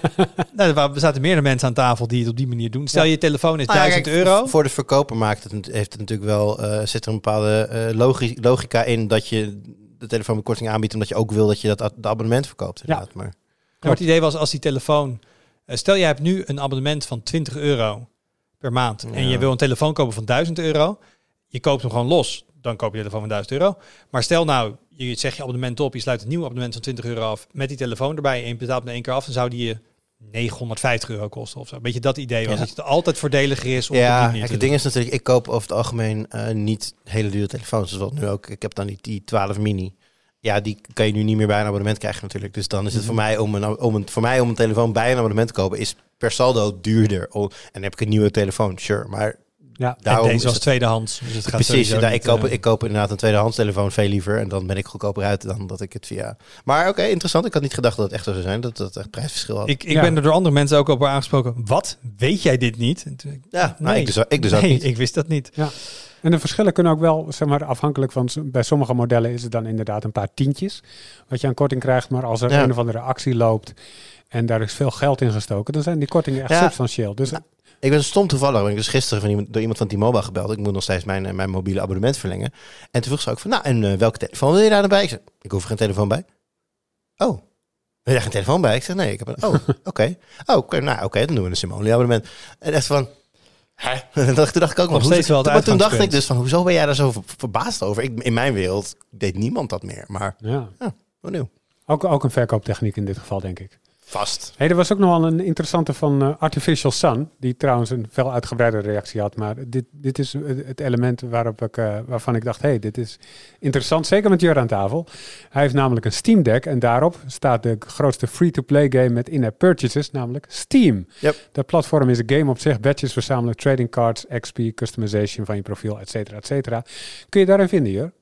Nou, er zaten meerdere mensen aan tafel die het op die manier doen. Stel Ja. je telefoon is Nou ja, duizend kijk, euro. Voor de verkoper maakt het, heeft het natuurlijk wel, uh, zit er een bepaalde uh, logi- logica in dat je de telefoon met korting aanbiedt, omdat je ook wil dat je dat a- de abonnement verkoopt. Inderdaad. Maar, Maar het idee was als die telefoon... Uh, stel je hebt nu een abonnement van twintig euro per maand. En Ja. je wil een telefoon kopen van duizend euro. Je koopt hem gewoon los. Dan koop je de telefoon van duizend euro. Maar stel nou, je zegt je abonnement op. Je sluit een nieuw abonnement van twintig euro af. Met die telefoon erbij. En je betaalt hem in één keer af. Dan zou die je negenhonderdvijftig euro kosten of zo. Een beetje dat idee was. Ja. Dat het altijd voordeliger is om op die ja, manier kijk, te het doen. ding is natuurlijk, ik koop over het algemeen uh, niet hele dure telefoons. Dus wat nu ook, ik heb dan die, die twaalf mini. Ja, die kan je nu niet meer bij een abonnement krijgen natuurlijk. Dus dan is het voor mij om een, om een, voor mij om een telefoon bij een abonnement te kopen is per saldo duurder. Oh, en dan heb ik een nieuwe telefoon, sure. Maar Ja. daarom En is deze was het- tweedehands. Dus het gaat precies. sowieso daar, niet, ik, koop, uh, ik koop inderdaad een tweedehands telefoon veel liever. En dan ben ik goedkoper uit dan dat ik het via... Maar oké, interessant. Ik had niet gedacht dat het echt zo zou zijn. Dat dat echt prijsverschil had. Ik, ik Ja. ben er door andere mensen ook op aangesproken. Wat? Weet jij dit niet? En toen- ja, nou, nee. ik dus, ik dus ook nee, niet. ik wist dat niet. En de verschillen kunnen ook wel, zeg maar, afhankelijk van... Bij sommige modellen is het dan inderdaad een paar tientjes wat je aan korting krijgt. Maar als er Ja. een of andere actie loopt en daar is veel geld in gestoken, dan zijn die kortingen echt Ja. substantieel. Dus Nou, Ik ben stom toevallig. Ben ik dus gisteren van iemand, door iemand van T-Mobile gebeld. Ik moet nog steeds mijn, eh, mijn mobiele abonnement verlengen. En toen vroeg ze ook van, nou, en uh, welke telefoon wil je daar dan bij? Ik zei, ik hoef er geen telefoon bij. Oh, wil je daar geen telefoon bij? Ik zeg, nee, ik heb een... Oh, oké. Okay. Oh, oké, nou, oké, okay, dan doen we een Simone abonnement. En echt van... Hè? En toen dacht ik ook, Nog wel, steeds wel het maar toen dacht uitgangspunt. ik dus van, hoezo ben jij daar zo ver- verbaasd over? Ik, in mijn wereld deed niemand dat meer. Maar, ja, oh nieuw. ook, ook een verkooptechniek in dit geval, denk ik. Vast. Hey, er was ook nog wel een interessante van uh, Artificial Sun, die trouwens een veel uitgebreide reactie had. Maar dit, dit is het het element waarop ik, uh, waarvan ik dacht, hey, dit is interessant. Zeker met Jur aan tafel. Hij heeft namelijk een Steam Deck en daarop staat de grootste free-to-play game met in-app purchases, namelijk Steam. Yep. Dat platform is een game op zich, badges verzamelen, trading cards, X P, customization van je profiel, et cetera, et cetera. Kun je daarin vinden, Jur?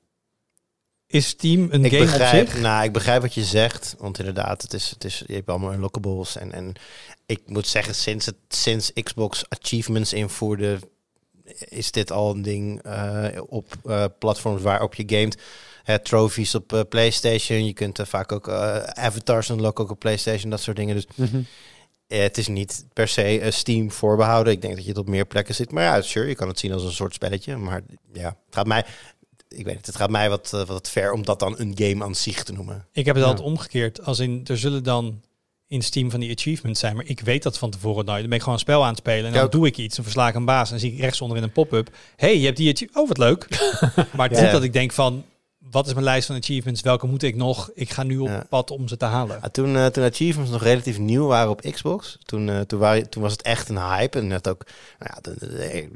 Is Steam een Ik game begrijp, op zich? nou, ik begrijp wat je zegt. Want inderdaad, het is, het is, je hebt allemaal unlockables. En, en ik moet zeggen, sinds, het, sinds Xbox achievements invoerde, is dit al een ding uh, op uh, platforms waarop je gamet. Hè, trophies op uh, PlayStation. Je kunt uh, vaak ook uh, avatars unlocken ook op PlayStation, dat soort dingen. Dus Mm-hmm. uh, het is niet per se uh, Steam voorbehouden. Ik denk dat je het op meer plekken zit. Maar ja, sure, je kan het zien als een soort spelletje. Maar ja, het gaat mij... Ik weet het, het gaat mij wat, uh, wat ver om dat dan een game aan zich te noemen. Ik heb het Ja. altijd omgekeerd. Als in, er zullen dan in Steam van die achievements zijn, maar ik weet dat van tevoren nooit. Dan ben ik gewoon een spel aan het spelen en dan Ja. doe ik iets. Dan versla ik een baas en dan zie ik rechts onderin een pop-up. Hey, je hebt die achievement. Oh, wat leuk. Maar het is Ja. niet dat ik denk van, wat is mijn lijst van achievements? Welke moet ik nog? Ik ga nu op Ja. pad om ze te halen. Ja, toen, uh, toen achievements nog relatief nieuw waren op Xbox, toen, uh, toen, waren, toen was het echt een hype. En net ook, nou ja, de, de, de,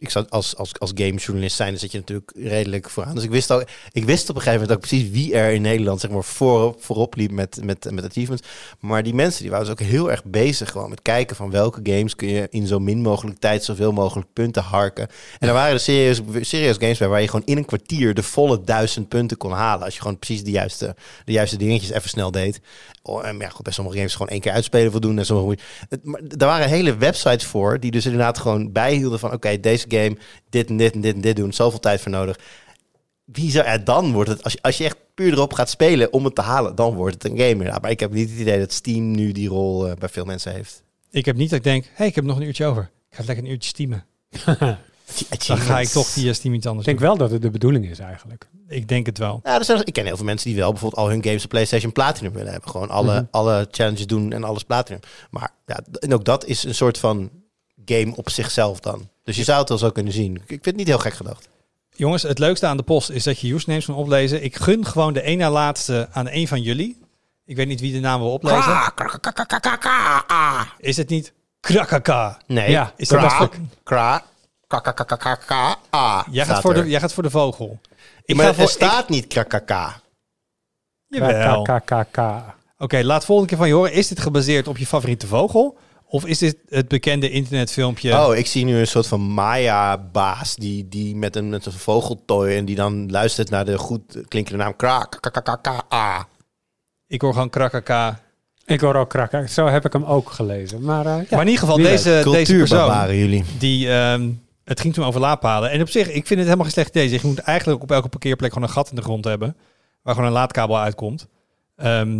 ik zat als, als, als gamejournalist zijn, dan zit je natuurlijk redelijk vooraan. Dus ik wist, al, ik wist op een gegeven moment ook precies wie er in Nederland zeg maar voorop, voorop liep met, met, met achievements. Maar die mensen die waren dus ook heel erg bezig gewoon met kijken van welke games kun je in zo min mogelijk tijd zoveel mogelijk punten harken. En er waren er serieus, serieus games bij waar je gewoon in een kwartier de volle duizend punten kon halen. Als je gewoon precies de juiste, de juiste dingetjes even snel deed. Oh, en ja, goed, bij sommige games gewoon één keer uitspelen voldoen. En sommige, maar er waren hele websites voor die dus inderdaad gewoon bijhielden van oké, okay, deze game, dit en dit en dit en dit doen, zoveel tijd voor nodig. Wie zou er dan wordt het, als je, als je echt puur erop gaat spelen om het te halen, dan wordt het een game. Ja, maar ik heb niet het idee dat Steam nu die rol uh, bij veel mensen heeft. Ik heb niet dat ik denk, hey, ik heb nog een uurtje over. Ik ga lekker een uurtje steamen. Dan ga ik toch via Steam iets anders Ik denk doen. wel dat het de bedoeling is eigenlijk. Ik denk het wel. Ja, er zijn, ik ken heel veel mensen die wel bijvoorbeeld al hun games op PlayStation Platinum willen hebben. Gewoon alle, Mm-hmm. alle challenges doen en alles Platinum. Maar ja, en ook dat is een soort van game op zichzelf dan. Dus je zou het wel zo kunnen zien. Ik vind het niet heel gek gedacht. Jongens, het leukste aan de post is dat je usernames kan oplezen. Ik gun gewoon de één na laatste aan één van jullie. Ik weet niet wie de naam wil oplezen. Is het niet Krakaka? Nee, Ja, is dat kra, best kra, kakakakaka, ah, Jij staat gaat, voor er. de, jij gaat voor de vogel. Ik maar ga er voor, staat niet krakaka. ik, jawel. Oké, K K K. laat volgende keer van je horen. Is dit gebaseerd op je favoriete vogel? Of is dit het bekende internetfilmpje? Oh, ik zie nu een soort van Maya-baas die, die met een, met een vogeltooi en die dan luistert naar de goed klinkende naam krakakakaka. Ik hoor gewoon Krakaka. Ik hoor ook krakken. Zo heb ik hem ook gelezen. Maar, uh, ja, Maar in ieder geval, wie deze, deze persoon, Cultuurbarbaren jullie. die, ehm, het ging toen over laadpalen. En op zich, ik vind het helemaal geen slecht idee. Je moet eigenlijk op elke parkeerplek gewoon een gat in de grond hebben. Waar gewoon een laadkabel uitkomt. Ehm,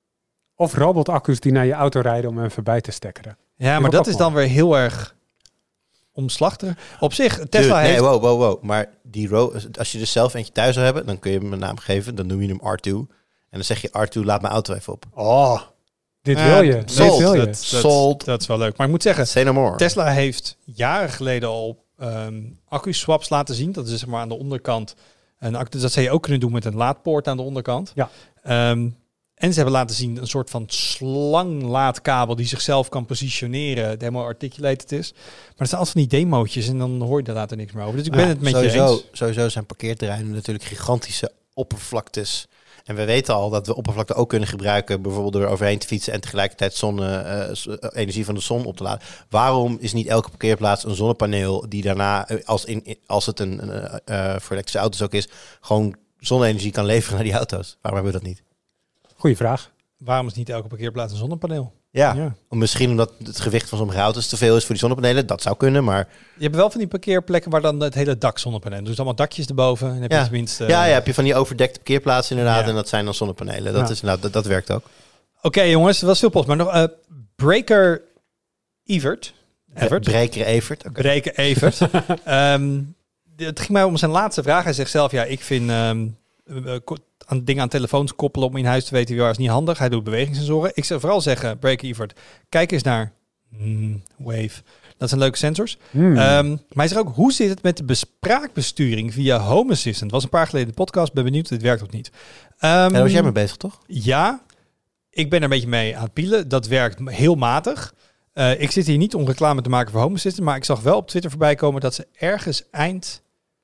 Of robotaccu's die naar je auto rijden om hem voorbij te stekkeren. ja, maar ook dat ook is mooi. dan weer heel erg omslachtig. Op zich, Tesla Dude, nee, heeft... wow, wow, wow. Maar die ro- als je dus zelf eentje thuis zou hebben, dan kun je hem een naam geven. Dan noem je hem R twee. En dan zeg je R twee, laat mijn auto even op. Oh, dit Ja, wil je. Dit sold. wil je. Dat, dat, Sold. dat is wel leuk. Maar ik moet zeggen, Say no more. Tesla heeft jaren geleden al ehm accu-swaps laten zien. Dat is zeg maar aan de onderkant. Een accu, dat zou je ook kunnen doen met een laadpoort aan de onderkant. Ja. Ehm, en ze hebben laten zien een soort van slanglaadkabel die zichzelf kan positioneren. Die helemaal articulated is. Maar er staan altijd van die demootjes en dan hoor je daar later niks meer over. Dus ik ben Ja, het met sowieso, je eens. Sowieso zijn parkeerterreinen natuurlijk gigantische oppervlaktes. En we weten al dat we oppervlakte ook kunnen gebruiken, bijvoorbeeld door overheen te fietsen en tegelijkertijd zonne, uh, z- energie van de zon op te laden. Waarom is niet elke parkeerplaats een zonnepaneel die daarna, uh, als, in, als het een uh, uh, voor elektrische auto's ook is, gewoon zonne-energie kan leveren naar die auto's? Waarom hebben we dat niet? Goeie vraag. Waarom is niet elke parkeerplaats een zonnepaneel? Ja, Ja. Om misschien omdat het gewicht van sommige auto's te veel is voor die zonnepanelen. Dat zou kunnen, maar Je hebt wel van die parkeerplekken waar dan het hele dak zonnepanelen. Dus allemaal dakjes erboven. En heb je Ja. tenminste... ja, ja, heb je van die overdekte parkeerplaatsen inderdaad. Ja. En dat zijn dan zonnepanelen. Dat, Ja. is, nou, dat, dat werkt ook. Oké jongens, dat was veel post. Maar nog eh, Breaker Evert. Evert. Breker Evert. Oké. Breaker Evert. Ehm, het ging mij om zijn laatste vraag. Hij zegt zelf, ja, ik vind ehm, eh, ko- aan dingen aan telefoons koppelen om in huis te weten wie waar is niet handig. Hij doet bewegingssensoren. Ik zou vooral zeggen, Breaker Evert, kijk eens naar hmm, Wave. Dat zijn leuke sensors. Hmm. Ehm, maar hij zegt ook, hoe zit het met de bespraakbesturing via Home Assistant? Was een paar geleden de podcast. Ben benieuwd, dit werkt of niet. Ehm, Ja, daar was jij mee bezig, toch? ja, ik ben er een beetje mee aan het pielen. Dat werkt heel matig. Uh, ik zit hier niet om reclame te maken voor Home Assistant, maar ik zag wel op Twitter voorbij komen dat ze ergens eind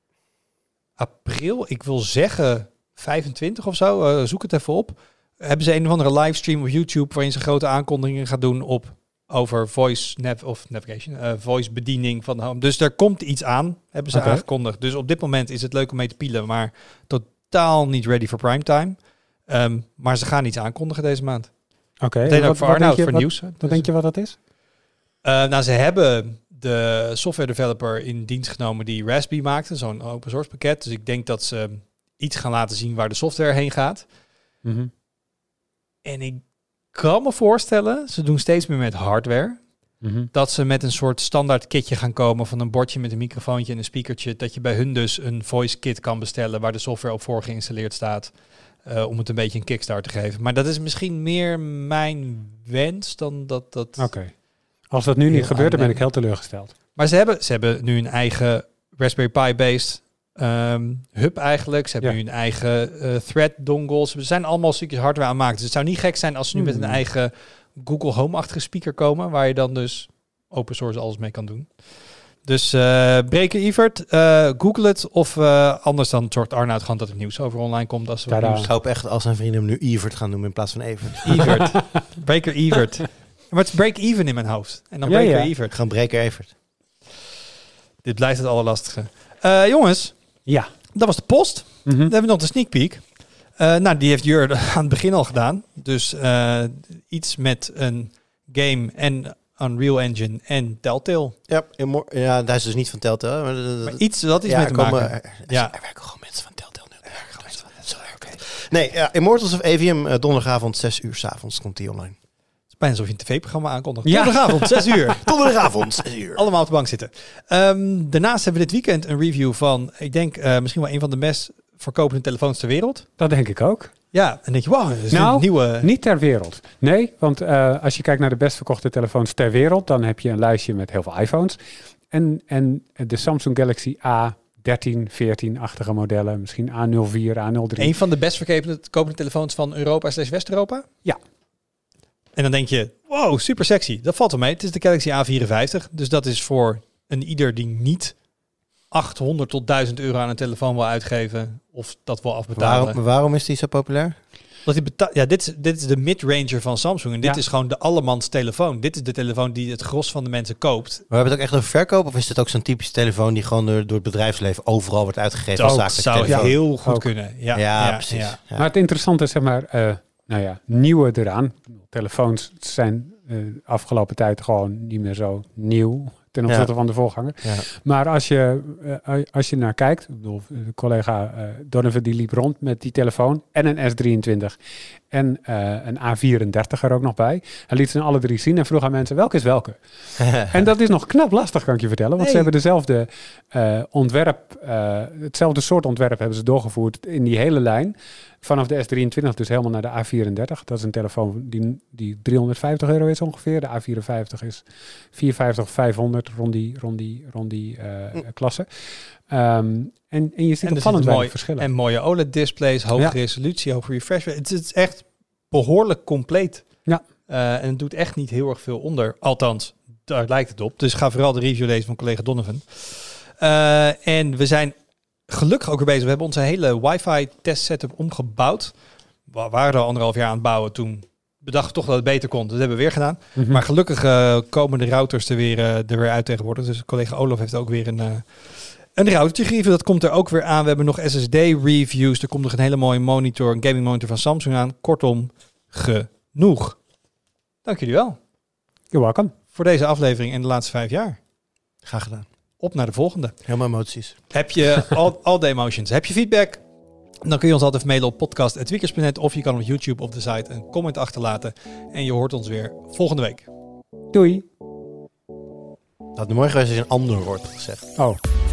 april, ik wil zeggen vijfentwintig of zo, uh, zoek het even op, hebben ze een of andere livestream op YouTube waarin ze grote aankondigingen gaan doen op over voice nav of navigation, uh, voice bediening van de Home. Dus er komt iets aan, hebben ze Oké. aangekondigd. Dus op dit moment is het leuk om mee te pielen, maar totaal niet ready for primetime. Um, maar ze gaan iets aankondigen deze maand. Oké. Meteen en ook wat- voor wat denk Arnoud, je- voor wat- nieuws. Wat denk je wat dat is? Uh, nou, ze hebben de software developer in dienst genomen die Raspberry maakte, zo'n open source pakket. Dus ik denk dat ze iets gaan laten zien waar de software heen gaat. Mhm. En ik kan me voorstellen, ze doen steeds meer met hardware, Mhm. dat ze met een soort standaard kitje gaan komen van een bordje met een microfoontje en een speakertje, dat je bij hun dus een voice kit kan bestellen waar de software op voor geïnstalleerd staat, uh, om het een beetje een kickstart te geven. Maar dat is misschien meer mijn wens dan dat dat... Oké. Als dat nu niet Heel gebeurt, dan ben ik aannemelijk. heel teleurgesteld. Maar ze hebben, ze hebben nu een eigen Raspberry Pi-based um, hub eigenlijk. Ze hebben Ja. nu een eigen uh, thread dongles. Ze zijn allemaal stukjes hardware aan het maken. Dus het zou niet gek zijn als ze nu met een Hmm. eigen Google Home-achtige speaker komen, waar je dan dus open source alles mee kan doen. Dus uh, Breker Evert, uh, google het. Of uh, anders dan zorgt Arnoud gewoon dat er nieuws over online komt. Als we nieuws... Ik hoop echt als zijn vrienden hem nu Evert gaan noemen in plaats van Evert. Evert. Breker Evert. Maar het is break even in mijn hoofd. En dan ja, Breker ja. Evert. Gaan Breker Evert. Dit blijft het allerlastige. Uh, jongens, Ja. dat was de post. Mm-hmm. Dan hebben we nog de sneak peek. Uh, nou, die heeft Jur aan het begin al gedaan. Dus uh, iets met een game en Unreal Engine en Telltale. Ja, immor- ja, dat is dus niet van Telltale. Maar, dat, Maar iets dat iets ja, mee te komen, maken. Er, Ja. er werken gewoon mensen van Telltale nu. Er werken gewoon mensen van Telltale. Okay. Nee, ja, Immortals of Avium, uh, donderdagavond, zes uur 's avonds komt die online. Het is bijna alsof je een tv-programma aankondigt. Ja. Donderdagavond, zes uur. Donderdagavond, zes uur. Allemaal op de bank zitten. Um, daarnaast hebben we dit weekend een review van, ik denk uh, misschien wel een van de best verkopende telefoons ter wereld. Dat denk ik ook. Ja, en dan denk je, wow, dat is Nou, een nieuwe... Niet ter wereld. Nee, want uh, als je kijkt naar de best verkochte telefoons ter wereld, dan heb je een lijstje met heel veel iPhones. En, en de Samsung Galaxy A dertien, veertien-achtige modellen, misschien A nul vier, A nul drie. Een van de best verkopende telefoons van Europa slash West-Europa? Ja. En dan denk je, wow, super sexy. Dat valt wel mee. Het is de Galaxy A vierenvijftig. Dus dat is voor een ieder die niet achthonderd tot duizend euro aan een telefoon wil uitgeven of dat wil afbetalen. Waarom, waarom is die zo populair? Dat die beta- ja, dit is, dit is de mid-ranger van Samsung. En dit Ja. is gewoon de allemans telefoon. Dit is de telefoon die het gros van de mensen koopt. Maar we hebben het ook echt over verkoop? Of is het ook zo'n typische telefoon die gewoon door, door het bedrijfsleven overal wordt uitgegeven als Dat zakelijke zou telefoon? heel goed Ook. kunnen. Ja, Ja, ja, precies. ja. Ja. Maar het interessante is, zeg maar, uh, nou ja, nieuwe eraan. Telefoons zijn uh, afgelopen tijd gewoon niet meer zo nieuw ten opzichte Ja. van de voorganger. Ja. Maar als je, uh, als je naar kijkt, ik bedoel, de collega uh, Donovan die liep rond met die telefoon en een S drieëntwintig en uh, een A vierendertig er ook nog bij. Hij liet ze alle drie zien en vroeg aan mensen, welke is welke? En dat is nog knap lastig, kan ik je vertellen. Want Nee. ze hebben dezelfde uh, ontwerp, uh, hetzelfde soort ontwerp hebben ze doorgevoerd in die hele lijn. Vanaf de S drieëntwintig dus helemaal naar de A vierendertig. Dat is een telefoon die, die driehonderdvijftig euro is ongeveer. De A vierenvijftig is vierhonderdvijftig, vijfhonderd rond die, rond die, rond die uh, mm. klasse. Um, en, en je ziet En er opvallend zitten weinig mooi, verschillen. en mooie O L E D-displays, hoge Ja. resolutie, hoge refresh rate. Het is, het is echt behoorlijk compleet. Ja. Uh, en het doet echt niet heel erg veel onder. Althans, daar lijkt het op. Dus ga vooral de review lezen van collega Donovan. Uh, en we zijn gelukkig ook weer bezig. We hebben onze hele wifi test setup omgebouwd. We waren er anderhalf jaar aan het bouwen. Toen bedachten we toch dat het beter kon. Dat hebben we weer gedaan. Mm-hmm. Maar gelukkig uh, komen de routers er weer, uh, er weer uit tegenwoordig. Dus collega Olaf heeft ook weer een, uh, een routertje review. Dat komt er ook weer aan. We hebben nog S S D-reviews. Er komt nog een hele mooie monitor, een gaming monitor van Samsung aan. Kortom, genoeg. Dank jullie wel. You're welcome. Voor deze aflevering in de laatste vijf jaar. Graag gedaan. Op naar de volgende. Helemaal emoties. Heb je all, all the emotions? Heb je feedback? Dan kun je ons altijd mailen op podcast punt tweakers punt net of je kan op YouTube op de site een comment achterlaten. En je hoort ons weer volgende week. Doei. Dat had mooi geweest als je een ander woord had gezegd. Oh.